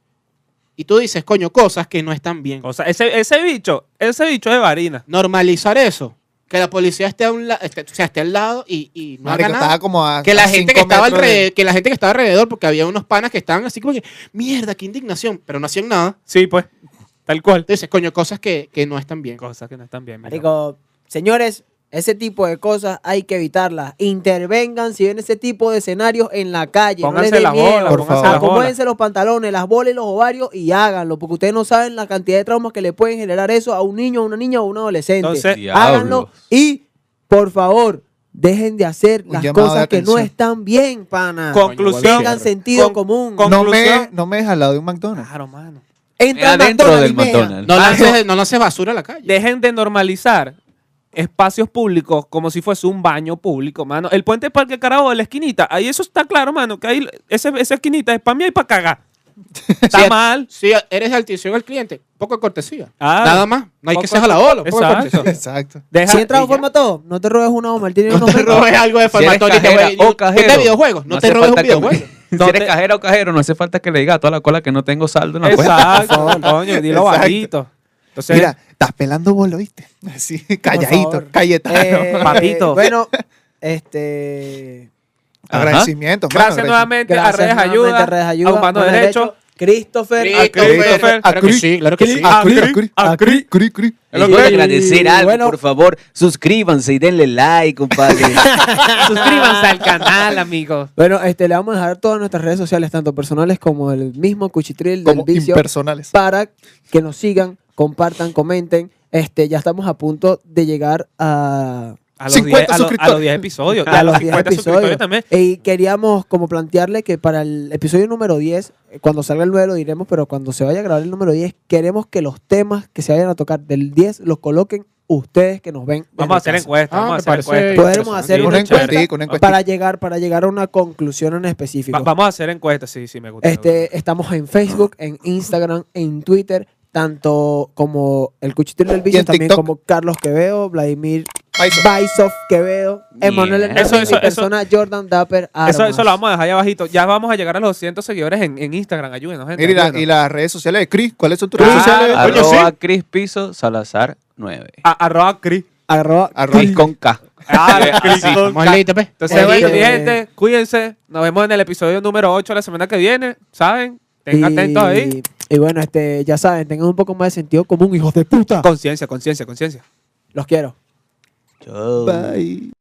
Y tú dices, coño, cosas que no están bien. O sea, ese, ese bicho, ese bicho es de varina. Normalizar eso. Que la policía esté, a un la- esté, o sea, esté al lado y, y no Marico, haga nada. estaba como a. Que la a gente cinco que estaba metros de- alrededor, que la gente que estaba alrededor, porque había unos panas que estaban así como que, mierda, qué indignación, pero no hacían nada. Sí, pues, tal cual. Entonces, coño, cosas que, que no están bien. Cosas que no están bien. mira. Marico, señores, ese tipo de cosas hay que evitarlas. Intervengan si ven ese tipo de escenarios en la calle. Pónganse no les dé las miedo. bolas, Por pónganse favor. las bolas. Acomódense los pantalones, las bolas y los ovarios y háganlo, porque ustedes no saben la cantidad de traumas que le pueden generar eso a un niño, a una niña o a un adolescente. Entonces, háganlo y, por favor, dejen de hacer Un las llamado de cosas que no atención. están bien, pana. Conclusión. Tengan sentido Con- común. con- No me, conclusión. no me dejes al lado de un McDonald's. Claro, mano. Entra Era al dentro McDonald's del y mea. McDonald's. No Ah, lances, no lances basura a la calle. Dejen de normalizar espacios públicos como si fuese un baño público, mano. El puente Parque Carabobo de la esquinita, ahí eso está claro, mano, que ahí ese, esa esquinita es para mí y para cagar. Está Sí, mal. Si eres de atención al cliente, poco de cortesía. Ah, Nada más. No hay poco que ser jalabola. Poco de Exacto. cortesía. Exacto. Deja- Si entras y a ya. forma todo, no te robes una Omar, tiene No unos te metros. robes algo de Si eres formatorio y te cajera voy- o yo- cajero, de videojuegos. No, te hace robes un falta que me- videojuego. Si No eres te- cajera o cajero, no hace falta que le diga a toda la cola que no tengo saldo en la cuenta. Exacto, coño, dilo Exacto. bajito. Entonces, Mira, estás pelando bolo, ¿viste? Así, calladito, favor. Cayetano. Eh, Papito. Bueno, este. Ajá. Agradecimientos, mano, gracias agradecimientos. nuevamente a Gracias Redes nuevamente Ayuda, a Redes Ayuda, a Humano Humano Derecho. Derecho, Christopher, Christopher, Christopher, claro que sí, claro que sí. A Cri, Cri, a Cri, a a Cri, Cri, Cri. Les Y- voy a agradecer algo, bueno. por favor. Suscríbanse y denle like, compadre. Suscríbanse al canal, amigos. Bueno, este, le vamos a dejar todas nuestras redes sociales, tanto personales como el mismo Cuchitril del Como vicio, impersonales. para que nos sigan, compartan, comenten. Este, ya estamos a punto de llegar a, A los cincuenta diez a los- a suscriptores. los diez episodios. a los diez cincuenta episodios. suscriptores también. Y queríamos como plantearle que para el episodio número diez, eh, cuando salga el nueve lo diremos, pero cuando se vaya a grabar el número diez, queremos que los temas que se vayan a tocar del diez los coloquen ustedes que nos ven. Vamos a desde hacer casa. encuestas. Ah, vamos a me hacer parece encuestas. Podemos hacer Sí, una Una chévere. encuestica, una encuestica. para llegar, para llegar a una conclusión en específico. Va- vamos a hacer encuestas, sí, sí, me gusta. me gusta. Este, estamos en Facebook, en Instagram, en Twitter, tanto como el Cuchitril del Y Vicio, en también TikTok. como Carlos Quevedo, Vladimir Baisov. Baisov Quevedo, Emanuel Bien. Hernández, Eso, eso, mi persona, Jordan Dapper Eso, Armas. eso lo vamos a dejar ahí abajito. Ya vamos a llegar a los doscientos seguidores en, en Instagram. Ayúdenos, gente. Mira, y, la- ayúdenos. y las redes sociales de Cris, ¿cuáles son tus Ah, redes sociales? ah, coño, Arroba sí. Cris Piso Salazar nueve. A- arroba Cris. Arroba Arroba Cris con K. Ah, Cris Así. con Vamos K. listo, pe. Entonces, Eh, bueno, mi eh, gente, cuídense. Nos vemos en el episodio número ocho la semana que viene. ¿Saben? Estén y, atentos ahí. Y bueno, este, ya saben, tengan un poco más de sentido común, hijos de puta. Conciencia, conciencia, conciencia. Los quiero. Chau. Bye.